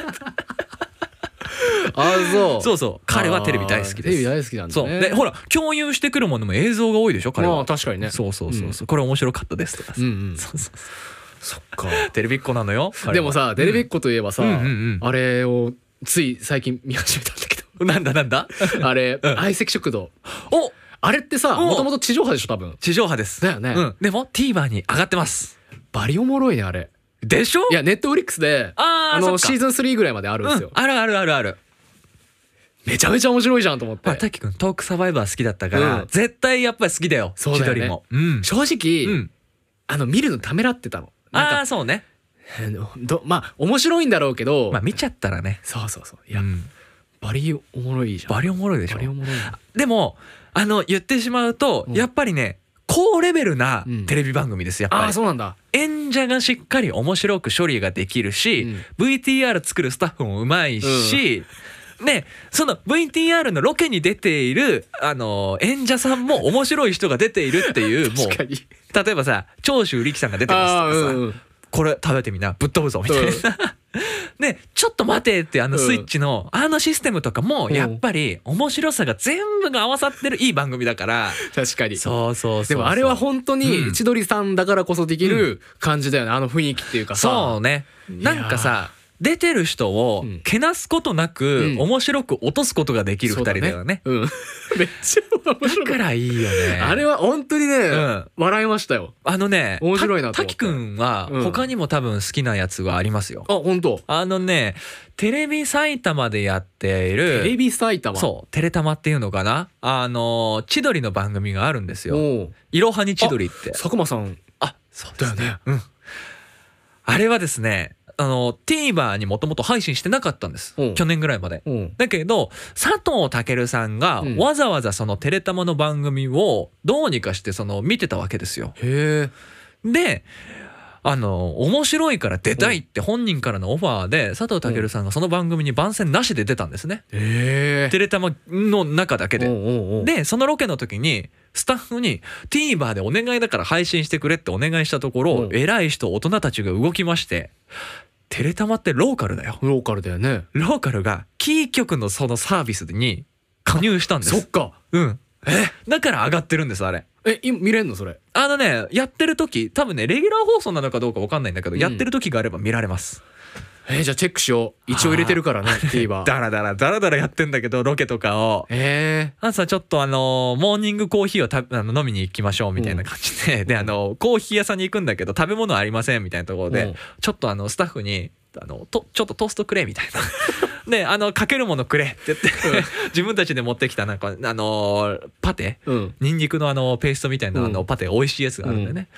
あそうそうそう彼はテレビ大好きです。 テレビ大好きなんだね。 そうでほら共有してくるものも映像が多いでしょ彼は。 まあ確かにね。 そうそうそうそう、うん、これ面白かったですとかさ、 うんうん、 そうそうそうそっかテレビっ子なのよ。 でもさテレビっ子といえばさ、 うんうんうんうん、 あれをつい最近見始めたんだけどなんだなんだあれ、うん、相席食堂。 おあれってさもともと地上波でしょ多分。 地上波ですだよね、 うん、でも TVer に上がってます。 バリおもろいねあれ。 でしょ。 いやネットフリックスでああのシーズンスリーぐらいまであるんですよ、 うん、あるあるあるある。 めちゃめちゃ面白いじゃんと思って。 まあ、滝くんトークサバイバー好きだったから、うん、絶対やっぱり好きだよ。 そうだよね。 千鳥も、うん、 正直、うん、あの見るのためらってたの。 ああそうね。 どまあ面白いんだろうけど、 まあ見ちゃったらね。 そうそうそういや、うん、バリおもろいじゃん。 バリおもろいでしょ。 バリおもろい。 でもあの言ってしまうと、うん、やっぱりね高レベルなテレビ番組ですやっぱり。 ああそうなんだ。 演者がしっかり面白く処理ができるし、うん、ブイティーアール 作るスタッフもうまいし、うん、でその ブイティーアール のロケに出ているあの演者さんも面白い人が出ているっていうもう例えばさ長州力さんが出てますとかさ、うん、これ食べてみなぶっ飛ぶぞみたいな、うんでちょっと待てってあのスイッチの、うん、あのシステムとかもやっぱり面白さが全部が合わさってるいい番組だから。 確かにそうそうそうそう。 でもあれは本当に千鳥さんだからこそできる感じだよね、うん、あの雰囲気っていうかさ。 そうねなんかさ出てる人をけなすことなく面白く落とすことができるふたりだよね。 うん、めっちゃ面白い。 だからいいよね。 あれは本当にね、うん、笑いましたよ。 あのね面白いなと思って。 滝くんは他にも多分好きなやつがありますよ。 うん、あ本当。 あのねテレビ埼玉でやっているテレビ埼玉そうテレタマっていうのかなあの千鳥の番組があるんですよ。いろはに千鳥って。 佐久間さん。 あそうですね。 うん。あれはですねあの TVer にもともと配信してなかったんです、うん、去年ぐらいまで、うん、だけど佐藤健さんがわざわざそのテレタマの番組をどうにかしてその見てたわけですよ。 へー。 であの面白いから出たいって本人からのオファーで佐藤健さんがその番組に番宣なしで出たんですね、 へー。 テレタマの中だけで。 おうおうおう。 でそのロケの時にスタッフに TVer でお願いだから配信してくれってお願いしたところ偉い人大人たちが動きましてテレタマってローカルだよ。 ローカルだよね。 ローカルがキー局のそのサービスに加入したんです。 そっか。 うんえだから上がってるんですあれ。 え今見れんのそれ。 あのねやってる時多分ねレギュラー放送なのかどうか分かんないんだけど、うん、やってる時があれば見られます。 えー、じゃあチェックしよう。一応入れてるからね TVer。 だらだらだらだらやってんだけどロケとかをえー、 朝ちょっとあのモーニングコーヒーをたあの飲みに行きましょうみたいな感じで、うん、であのコーヒー屋さんに行くんだけど食べ物ありませんみたいなところで、うん、ちょっとあのスタッフにあのとちょっとトーストくれみたいなであのかけるものくれって言って、うん、自分たちで持ってきたなんかあのパテ、うん、ニンニクのあのペーストみたいなあのパテ美味しいやつがあるんでね、うん、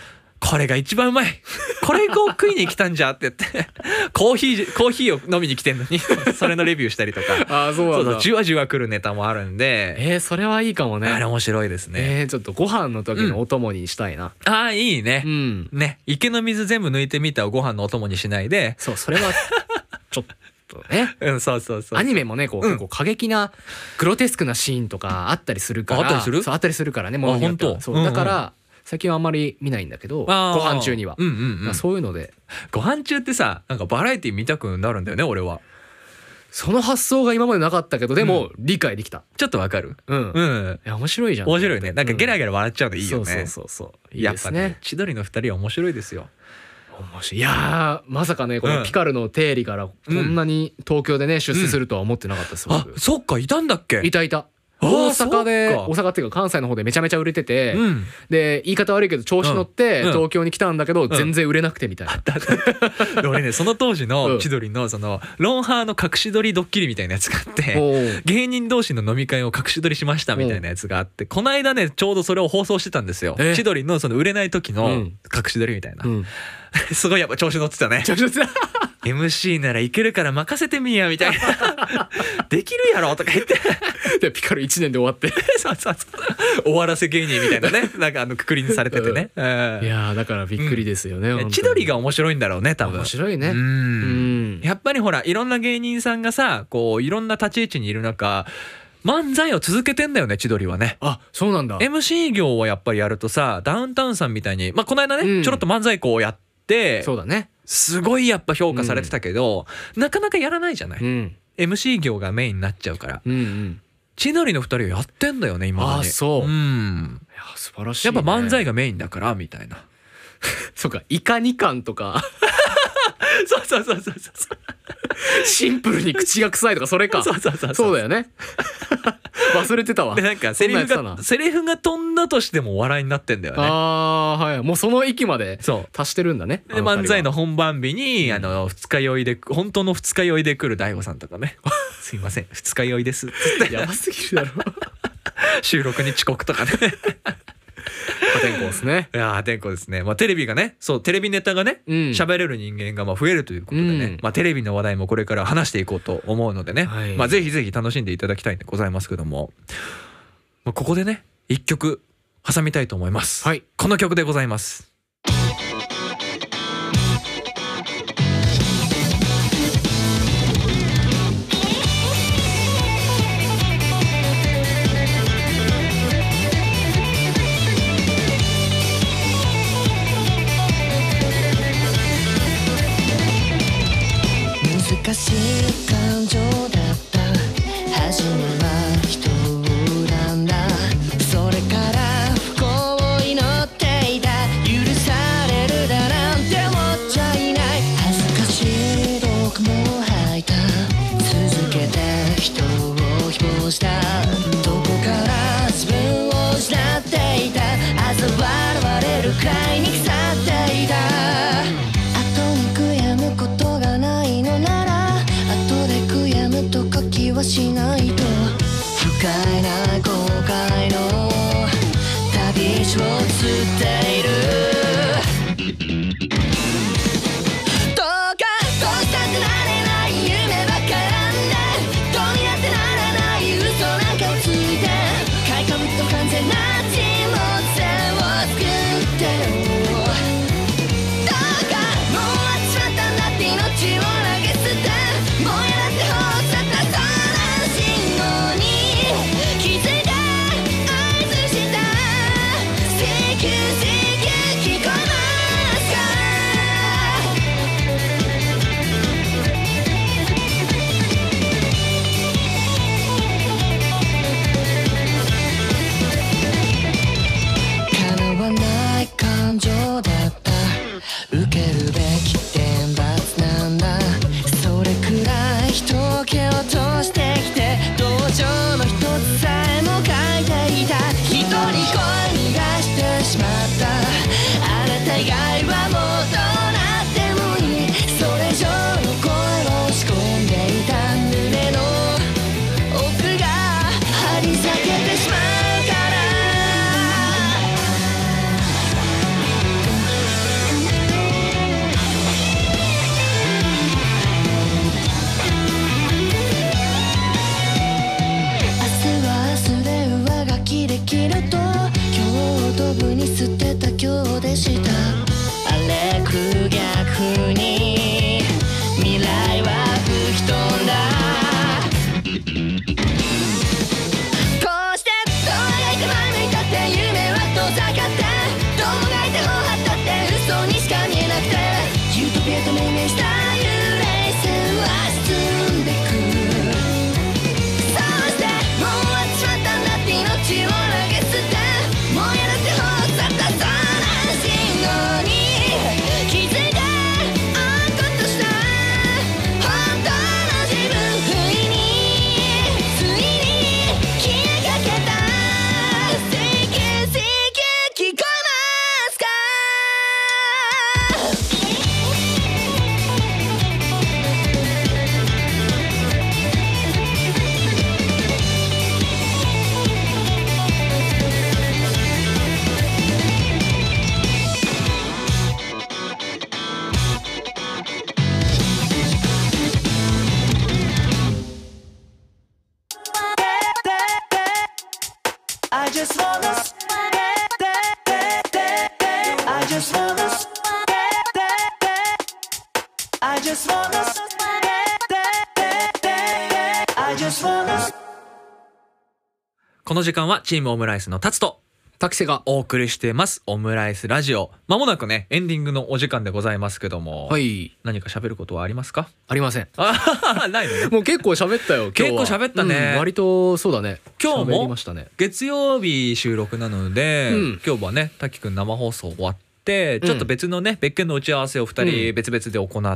これが一番うまいこれを食いに来たんじゃって言ってコーヒーコーヒーを飲みに来てんのにそれのレビューしたりとかああそうなんだ。 そうそうじわじわ来るネタもあるんで、 えー、それはいいかもね。 あれ面白いですね。 えー、ちょっとご飯の時のお供にしたいな、 うん、ああいいね、 うん、 ね池の水全部抜いてみたをご飯のお供にしないで、 そうそれはちょっとねうんそうそうそう、 アニメもねこう、うん、結構過激なグロテスクなシーンとかあったりするから、 あったりするそうあったりするからね、もう本当そう、うんうん、だから最近はあんまり見ないんだけど、ご飯中には、うんうんうん、そういうのでご飯中ってさなんかバラエティ見たくなるんだよね俺は。 その発想が今までなかったけどでも理解できた、うん、 ちょっとわかる。 うん、うん、いや面白いじゃん。 面白いね。なんかゲラゲラ笑っちゃうのいいよね、 うん、そうそうそうそういいですね。 やっぱね千鳥の二人は面白いですよ。 面白い。いやまさかねこのピカルの定理からこんなに東京でね出世するとは思ってなかったです、うん、 あそっかいたんだっけ。 いたいた。大阪で大阪っていうか関西の方でめちゃめちゃ売れてて、うん、で言い方悪いけど調子乗って東京に来たんだけど全然売れなくてみたいな、 うん、俺ねその当時の千鳥のそのロンハーの隠し撮りドッキリみたいなやつがあって芸人同士の飲み会を隠し撮りしましたみたいなやつがあってこの間ねちょうどそれを放送してたんですよ。千鳥のその売れない時の隠し撮りみたいな、うん、すごいやっぱ調子乗ってたね。調子乗ってたエムシー ならいけるから任せてみやみたいなできるやろとか言ってでピカルいちねんで終わってそうそうそう終わらせ芸人みたいなねなんかあのくくりにされててね、うん、 いやだからびっくりですよね、 うん、千鳥が面白いんだろうね多分。 面白いね。 うん、うん、やっぱりほらいろんな芸人さんがさこういろんな立ち位置にいる中漫才を続けてんだよね千鳥はね。 あそうなんだ。 エムシー 業をやっぱりやるとさダウンタウンさんみたいにまあこの間ね、うん、ちょろっと漫才こうやってそうだねすごいやっぱ評価されてたけど、うん、なかなかやらないじゃない、うん、エムシー 業がメインになっちゃうから、うんうん、千鳥のふたりはやってんだよね今まで。 あそう、うん、 いや素晴らしい、ね、やっぱ漫才がメインだからみたいなそうかイカに貫とかそうそうそうそうそうシンプルに口が臭いとかそれか。そうそうそうそうそうだよね忘れてたわ。 でなんかセリフがセリフが飛んだとしても笑いになってんだよね。 あーはいもうその域まで達してるんだね。 で漫才の本番日に、うん、あの二日酔いで本当の二日酔いで来る大悟さんとかねすいません二日酔いですってやばすぎるだろ収録に遅刻とかね破天荒ですね。 いや破天荒ですね。まあテレビがねそうテレビネタがね喋、うん、れる人間がまあ増えるということでね、うん、まあテレビの話題もこれから話していこうと思うのでね、はい、まあぜひぜひ楽しんでいただきたいんでございますけども、まあ、ここでね一曲挟みたいと思います、はい、この曲でございます。 難しい感情だった初めは人を恨んだそれから不幸を祈っていた許されるだなんて思っちゃいない恥ずかしい毒も吐いた続けて人を誹謗したどこから自分を失っていた嘲笑われるくらいに腐っていた後に悔やむことがないのなら後で悔やむと書きはしないと just wanna I just wanna I just wanna I just wanna この時間はチームオムライスのタツとタキセがお送りしていますオムライスラジオ。まもなくねエンディングのお時間でございますけども、 はい、 何か喋ることはありますか？ ありません。 あないのね。 もう結構喋ったよ。今日は結構喋ったね、 うん、割とそうだね。 今日も喋りましたね。 月曜日収録なので、うん、今日はね滝くん生放送終わってちょっと別のね、うん、別件の打ち合わせをふたり別々で行って、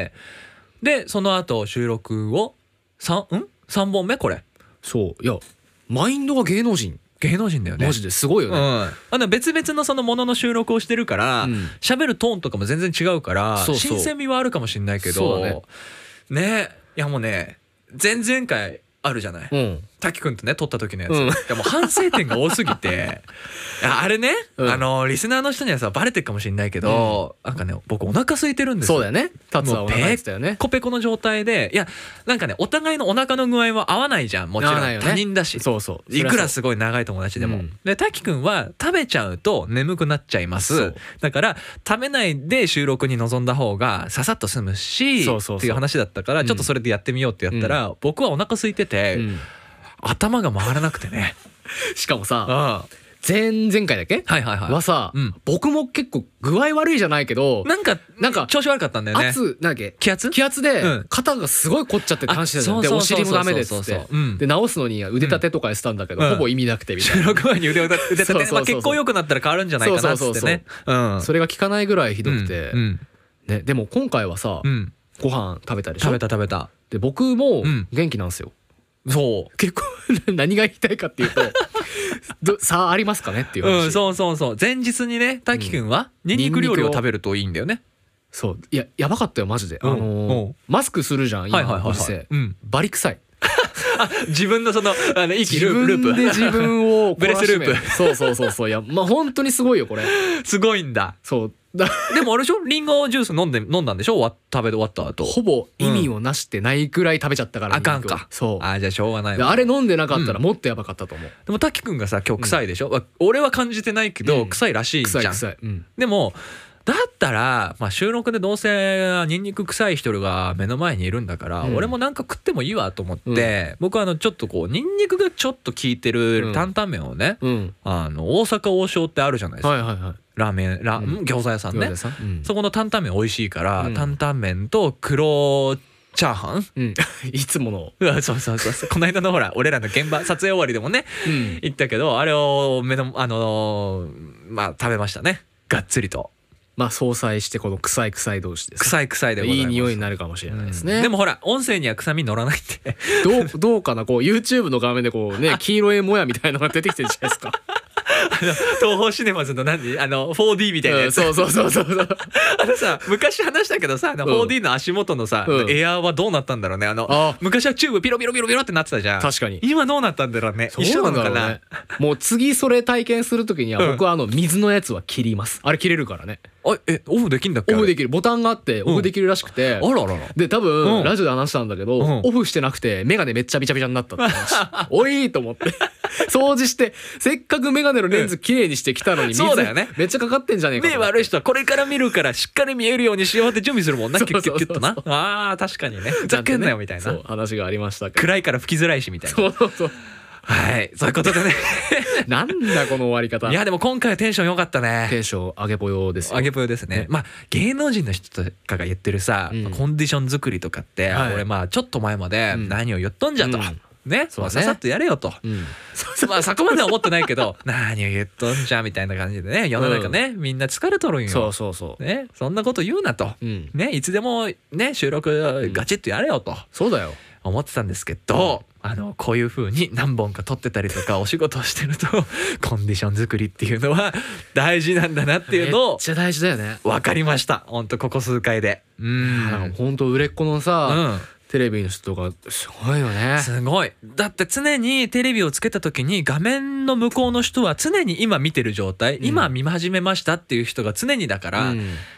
うん、でその後収録を 3, んさんぼんめこれ。 そういやマインドが芸能人芸能人だよね。 マジですごいよね、うん、 あの別々のそのものの収録をしてるから喋、うん、るトーンとかも全然違うからそうそう新鮮味はあるかもしれないけどね。ねいやもうね前々回あるじゃない、うん、滝くんとね撮った時のやつ、うん、いやもう反省点が多すぎていやあれね、うん、あのリスナーの人にはさバレてるかもしれないけど、うん、なんかね僕お腹空いてるんですよ。 そうだよね。タツはお腹空いてたよね。 ペコペコの状態でいやなんかねお互いのお腹の具合は合わないじゃん。もちろん、ね、他人だしそうそういくらすごい長い友達でも、うん、で滝くんは食べちゃうと眠くなっちゃいます。だから食べないで収録に臨んだ方がささっと済むしそうそうそうっていう話だったからちょっとそれでやってみようってやったら、うん、僕はお腹空いてて、うん頭が回らなくてねしかもさああ前々回だっけ、 はいはいはい、 はさ、うん、僕も結構具合悪いじゃないけどなんかなんか調子悪かったんだよね。 圧なんだっけ気圧気圧で肩がすごい凝っちゃって話してたでお尻もダメですってで直すのに腕立てとかやってたんだけど、うん、ほぼ意味なくてみたいな。 収録前に腕立てまあ結構良くなったら変わるんじゃないかなっつってね。 それが効かないぐらいひどくて、うんうんね、でも今回はさ、うん、ご飯食べたでしょ。 食べた食べた。 で僕も元気なんですよ。 そう結構何が言いたいかっていうとど差ありますかねっていう話、 うん、そうそうそう前日にね滝くんはニンニク料理を食べるといいんだよね、うん、 そういややばかったよマジで、うん、あのーうん、マスクするじゃん今のご時世バリ臭いあ自分のそのあの息ループ自分で自分をブレスループそうそうそうそういやまあ本当にすごいよこれすごいんだ。 そうでもあれでしょリンゴジュース飲んで飲んだんでしょ食べ終わった後ほぼ意味をなしてないくらい食べちゃったから、 うん、あかんかそうあじゃあしょうがないわ。 あれ飲んでなかったらもっとやばかったと思う、うん、 でも滝くんがさ今日臭いでしょ、うん、俺は感じてないけど、うん、臭いらしいじゃん。 臭い臭い、うん、 でもだったら、まあ、収録でどうせニンニク臭い人が目の前にいるんだから、うん、俺もなんか食ってもいいわと思って、うん、僕はあのちょっとこうニンニクがちょっと効いてる担々麺をね、うん、あの大阪王将ってあるじゃないですか、はいはいはい、ラーメンラ、うん、餃子屋さんね、うん、そこの担々麺美味しいから、うん、担々麺と黒チャーハン、うん、 いつものそうそうそうこの間のほら俺らの現場撮影終わりでもね、うん、行ったけどあれを目のあのー、まあ食べましたねがっつりと。 まあ相殺してこの臭い臭い同士です臭い臭いでございます。 いい匂いになるかもしれないですね、 うん、でもほら音声には臭み乗らないってどうどうかなこう YouTube の画面でこうね黄色いもやみたいなのが出てきてるじゃないですか東宝シネマズの何あの フォーディー みたいなやつ、 うん、そうそうそうそうあのさ昔話したけどさあの フォーディー の足元のさ、うん、エアーはどうなったんだろうね。あのあ昔はチューブピロピロピロピロってなってたじゃん。 確かに今どうなったんだろうね。一緒なのかな、ね、 もう次それ体験する時には僕はあの水のやつは切ります。あれ切れるからね。 あえオフできんだっけ。 オフできるボタンがあってオフできるらしくて、 うん、あらららで多分、うん、ラジオで話したんだけど、うん、オフしてなくてメガネめっちゃビチャビチャになったって話おいと思って掃除してせっかくメガネのレンズ綺麗にしてきたのに水そうだよねめっちゃかかってんじゃねえか。 目悪い人はこれから見るからしっかり見えるようにしようって準備するもんなキュッキュッキュッとな。あー確かにねふざけんなよみたいな、 そう話がありましたけど暗いから吹きづらいしみたいな。 そうそうそうはいそういうことでねなんだこの終わり方。 いやでも今回はテンション良かったね。 テンション上げぽよですよ。 上げぽよですね、ねまあ芸能人の人とかが言ってるさ、うん、コンディション作りとかって、はい、俺まあちょっと前まで何を言っとんじゃと、うんね、そうねささっとやれよと、うん、まあそこまでは思ってないけど何を言っとんじゃみたいな感じでね世の中ね、うん、みんな疲れとるんよ。 そうそうそう、 ね、そんなこと言うなと、うん、ねいつでもね収録ガチッとやれよと、うん、 そうだよ思ってたんですけど、うん、あのこういう風に何本か撮ってたりとかお仕事をしてるとコンディション作りっていうのは大事なんだなっていうのをめっちゃ大事だよね。 分かりました本当ここ数回で。 うん本当売れっ子のさ、うんテレビの人とかすごいよね。 すごい。だって常にテレビをつけた時に画面の向こうの人は常に今見てる状態、うん、今見始めましたっていう人が常にだから、うん、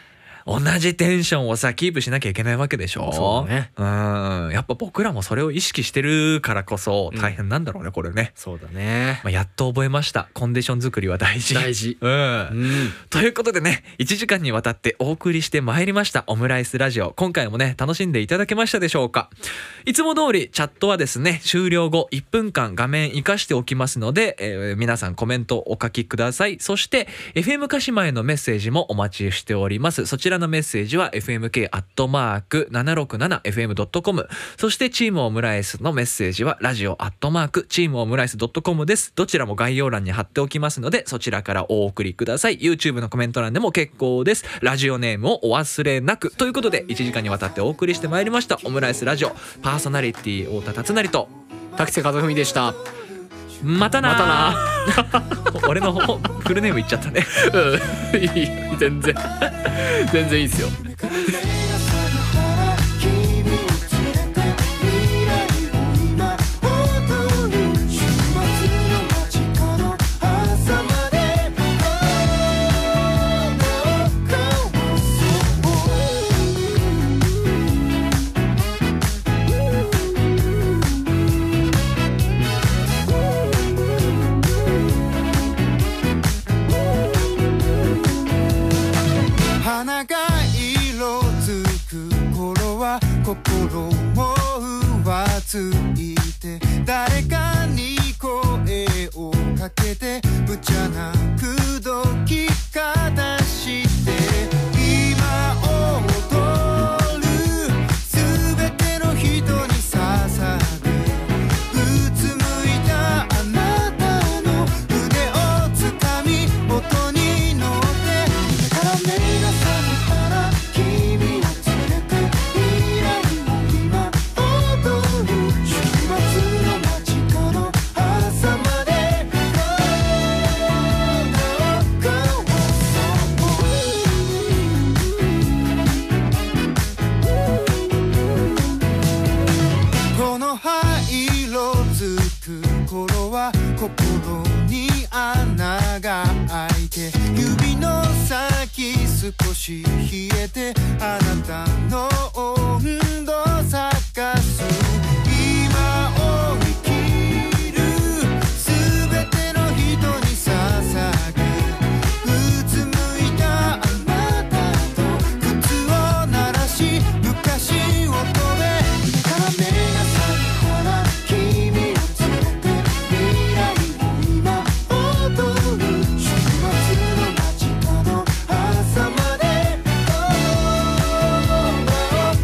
同じテンションをさキープしなきゃいけないわけでしょ。 そうね。 うん、やっぱ僕らもそれを意識してるからこそ大変なんだろうね、うん、これね。 そうだね。 まあ、やっと覚えました。コンディション作りは大事。 大事。 うん。 うん、 ということでね、いちじかんにわたってお送りしてまいりましたオムライスラジオ。今回もね楽しんでいただけましたでしょうか。いつも通りチャットはですね終了後いっぷんかん画面活かしておきますので、えー、皆さんコメントお書きください。そして エフエム 鹿島へのメッセージもお待ちしております。そちらのメッセージは エフエムケー アットマーク ななろくななエフエム ドットコム、 そしてチームオムライスのメッセージはラジオアットマークチームオムライス ドットコム です。どちらも概要欄に貼っておきますのでそちらからお送りください。 YouTube のコメント欄でも結構です。ラジオネームをお忘れなく。ということでいちじかんにわたってお送りしてまいりましたオムライスラジオ、パーソナリティ太田達成と滝瀬和文でした。 またなまたな俺のフルネーム言っちゃったねうん、いい、全然全然いいですよ。 花が色づく頃は心も浮ついて誰かに声をかけて無茶な口説き方して今踊る全ての人に捧ぐうつむいたあなたの腕をつかみ音に乗って夢から目が覚めたら君を連れて未来を今踊る週末の街角朝までゴーゴーゴーこの灰色づく頃は心に穴が開いて指の先少し冷えてあなたの温度探す今を生きる全ての人に捧ぐうつむいたあなたと靴を鳴らし昔を飛べ夢から目が覚めたら君を連れて未来を今踊る週末の街角朝までゴーゴーゴー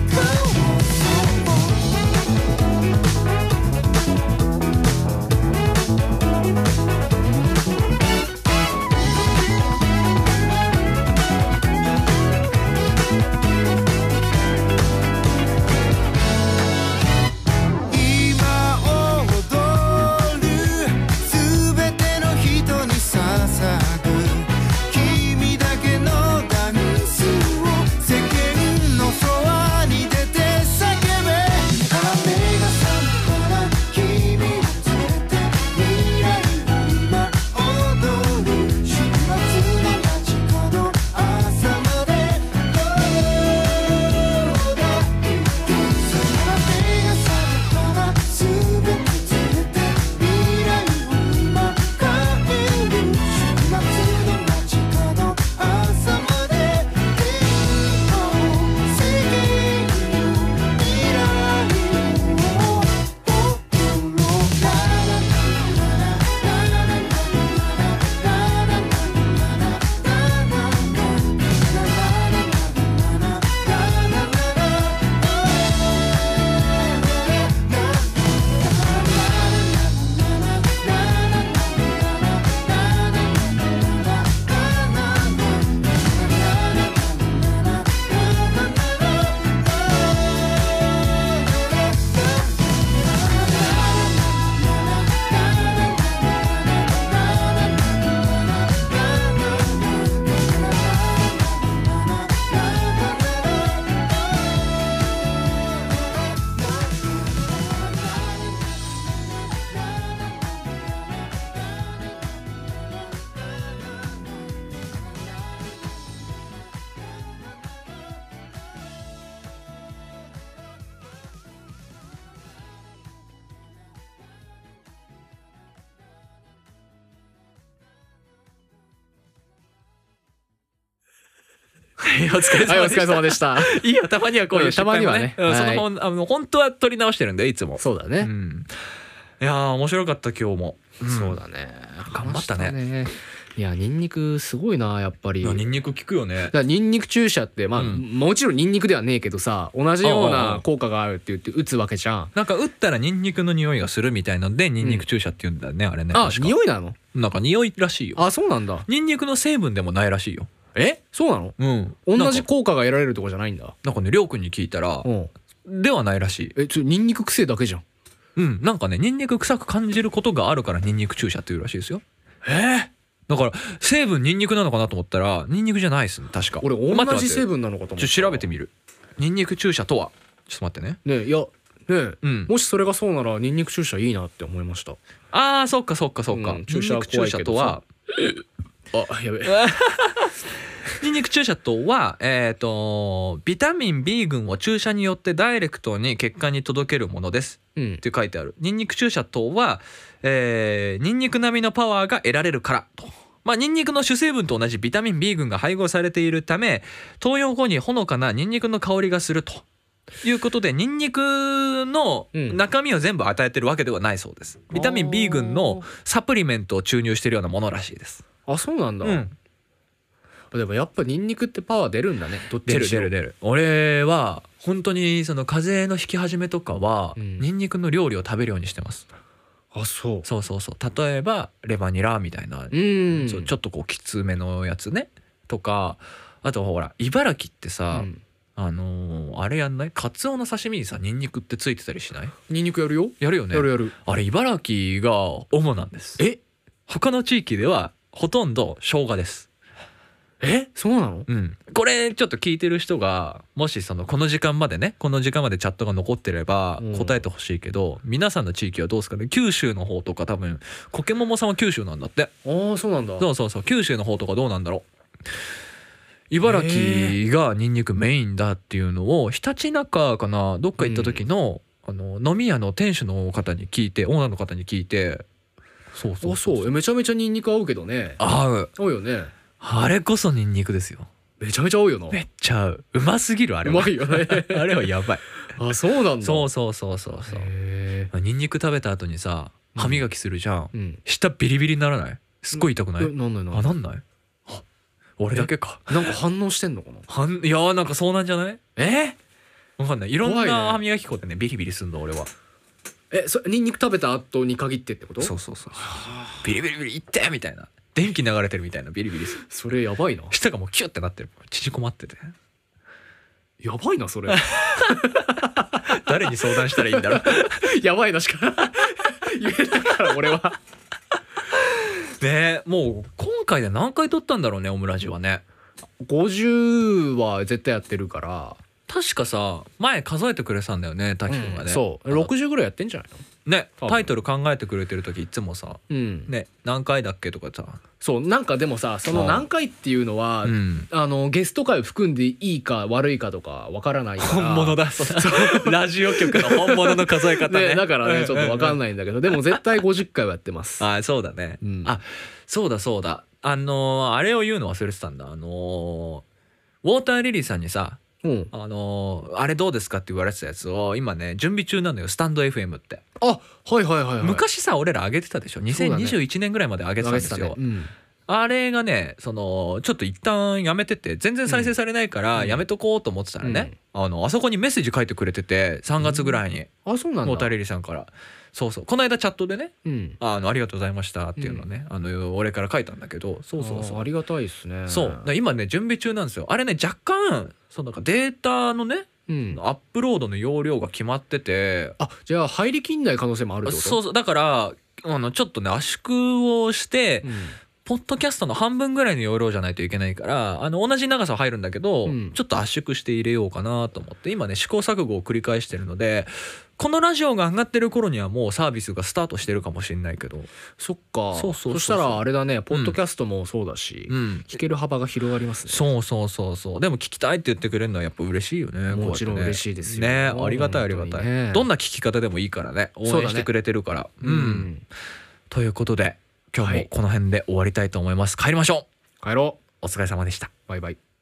はいお疲れはいお疲れ様でし様でしたたいいよたまにはこういう失敗もねうんたまにはねうんそのはいほんあの本当は取り直してるんでいつもそうだね、 うんいやー面白かった今日もそうだね頑張ったねいやニンニクすごいなやっぱりいやニンニク効くよねだからニンニク注射ってまあ、 うんもちろんニンニクではねえけどさ同じような効果があるって言って打つわけじゃん。 なんか打ったらニンニクの匂いがするみたいのでニンニク注射って言うんだね、あれねあ確か匂いなの？ なんか匂いらしいよあそうなんだ。 ニンニクの成分でもないらしいよえそうなの？ うん同じなんか効果が得られるとかじゃないんだ。 なんかねりょうくんに聞いたらうんではないらしいえちょニンニク臭いだけじゃん。 うんなんかねニンニク臭く感じることがあるからニンニク注射っていうらしいですよえだから成分ニンニクなのかなと思ったらニンニクじゃないですね確か俺同じ成分分なのかと思った。 ちょっと調べてみるニンニク注射とはちょっと待ってねねいやね、 うんもしそれがそうならニンニク注射いいなって思いました。 あーそっかそっかそっか、 うん注射はニンニク注射とはあやべえ。 ニンニク注射とは、えー、とビタミン B 群を注射によってダイレクトに血管に届けるものですうんって書いてある。ニンニク注射とは、えー、ニンニク並みのパワーが得られるからと。まあ、ニンニクの主成分と同じビタミン B 群が配合されているため投与後にほのかなニンニクの香りがするということでニンニクの中身を全部与えてるわけではないそうです。ビタミン B 群のサプリメントを注入しているようなものらしいです。 あそうなんだ、 うんでもやっぱニンニクってパワー出るんだね。どっち出るにしろ出る出る。俺は本当にその風邪の引き始めとかは、 うんニンニクの料理を食べるようにしてます。 あそうそうそうそう例えばレバニラみたいな、 うんそうちょっとこうきつめのやつねとかあとほら茨城ってさ、 うんあのーあれやんないカツオの刺身にさニンニクってついてたりしない？ ニンニクやるよ。 やるよね。 やるやる。 あれ茨城が主なんです。 え他の地域ではほとんど生姜です。 えそうなの？ うん、これちょっと聞いてる人がもしそのこの時間までねこの時間までチャットが残ってればうん答えてほしいけど、皆さんの地域はどうですかね。九州の方とか多分コケモモさんは九州なんだって。 ああそうなんだ。 そうそうそう九州の方とかどうなんだろう。茨城がニンニクメインだっていうのをひたちなかかなどっか行った時の、あの飲み屋の店主の方に聞いてオーナーの方に聞いてそうそうあそうそうえめちゃめちゃニンニク合うけどね。 合う。 合うよね。 あれこそニンニクですよ。 めちゃめちゃ合うよな。 めっちゃ合う。うますぎるあれは。 うまいよね。 あれはやばい。 あそうなんだ。 そうそうそうそうそう。 へニンニク食べた後にさ歯磨きするじゃん、 えうん舌ビリビリにならない？すっごい痛くない？ えなんないなあなんない？あ俺だけか。 なんか反応してんのかな。 はんいやーなんかそうなんじゃない？ えわかんない。いろん怖いねな歯磨き粉でねビリビリすんの俺は。 えそニンニク食べた後に限ってってこと？ そうそうそうそう。ビリビリビリいってみたいな。電気流れてるみたいなビリビリする。 それやばいな。 舌がもうキュッてなってる。縮こまってて。 やばいなそれ。 誰に相談したらいいんだろう。 やばいなしか言えないから俺は。 ねえもう今回で何回撮ったんだろうねオムラジはね。 ごじゅうは絶対やってるから。 確かさ前数えてくれてたんだよね滝くんがね、 そうろくじゅうぐらいやってんじゃないの。 ね多分タイトル考えてくれてる時いつもさうんね何回だっけとかさそうなんかでもさその何回っていうのは、 うんあのゲスト回を含んでいいか悪いかとかわからないから本物だそのラジオ局の本物の数え方ねねだからねちょっとわかんないんだけどでも絶対ごじゅっかいはやってますあそうだね、 うんあそうだそうだあのーあれを言うの忘れてたんだあのーウォーターリリーさんにさうんあのーあれどうですかって言われてたやつを今ね準備中なのよスタンド エフエム って、 あはいはいはいはい昔さ俺ら上げてたでしょにせんにじゅういちねんぐらいまで上げてたんですよ、 上げてたねうんあれがねそのちょっと一旦やめてて全然再生されないからうんやめとこうと思ってたらね、あのあそこにメッセージ書いてくれててさんがつぐらいにあそうなんだモーターリリーさんからそうそうこの間チャットでねうんあのありがとうございましたっていうのね、あの俺から書いたんだけどそうそうそうあーありがたいですねそうだから今ね準備中なんですよあれね若干そうなんかデータのねうんアップロードの容量が決まっててあじゃあ入りきんない可能性もあるってことそうそうだからあのちょっとね圧縮をして、 うんポッドキャストの半分ぐらいの容量じゃないといけないからあの同じ長さは入るんだけど、 うんちょっと圧縮して入れようかなと思って今ね試行錯誤を繰り返してるのでこのラジオが上がってる頃にはもうサービスがスタートしてるかもしれないけど、 そっかそうそうそうそうそしたらあれだねポッドキャストもそうだし、 うん、 聞ける幅が広がりますねそうそうそうそうでも聞きたいって言ってくれるのはやっぱ嬉しいよねもちろんこうやってね嬉しいですよねありがたいありがたい、 本当にねどんな聞き方でもいいからね応そうだね援してくれてるからう、 うんんということで今日もはいこの辺で終わりたいと思います。帰りましょう。 帰ろうお疲れ様でした。 バイバイ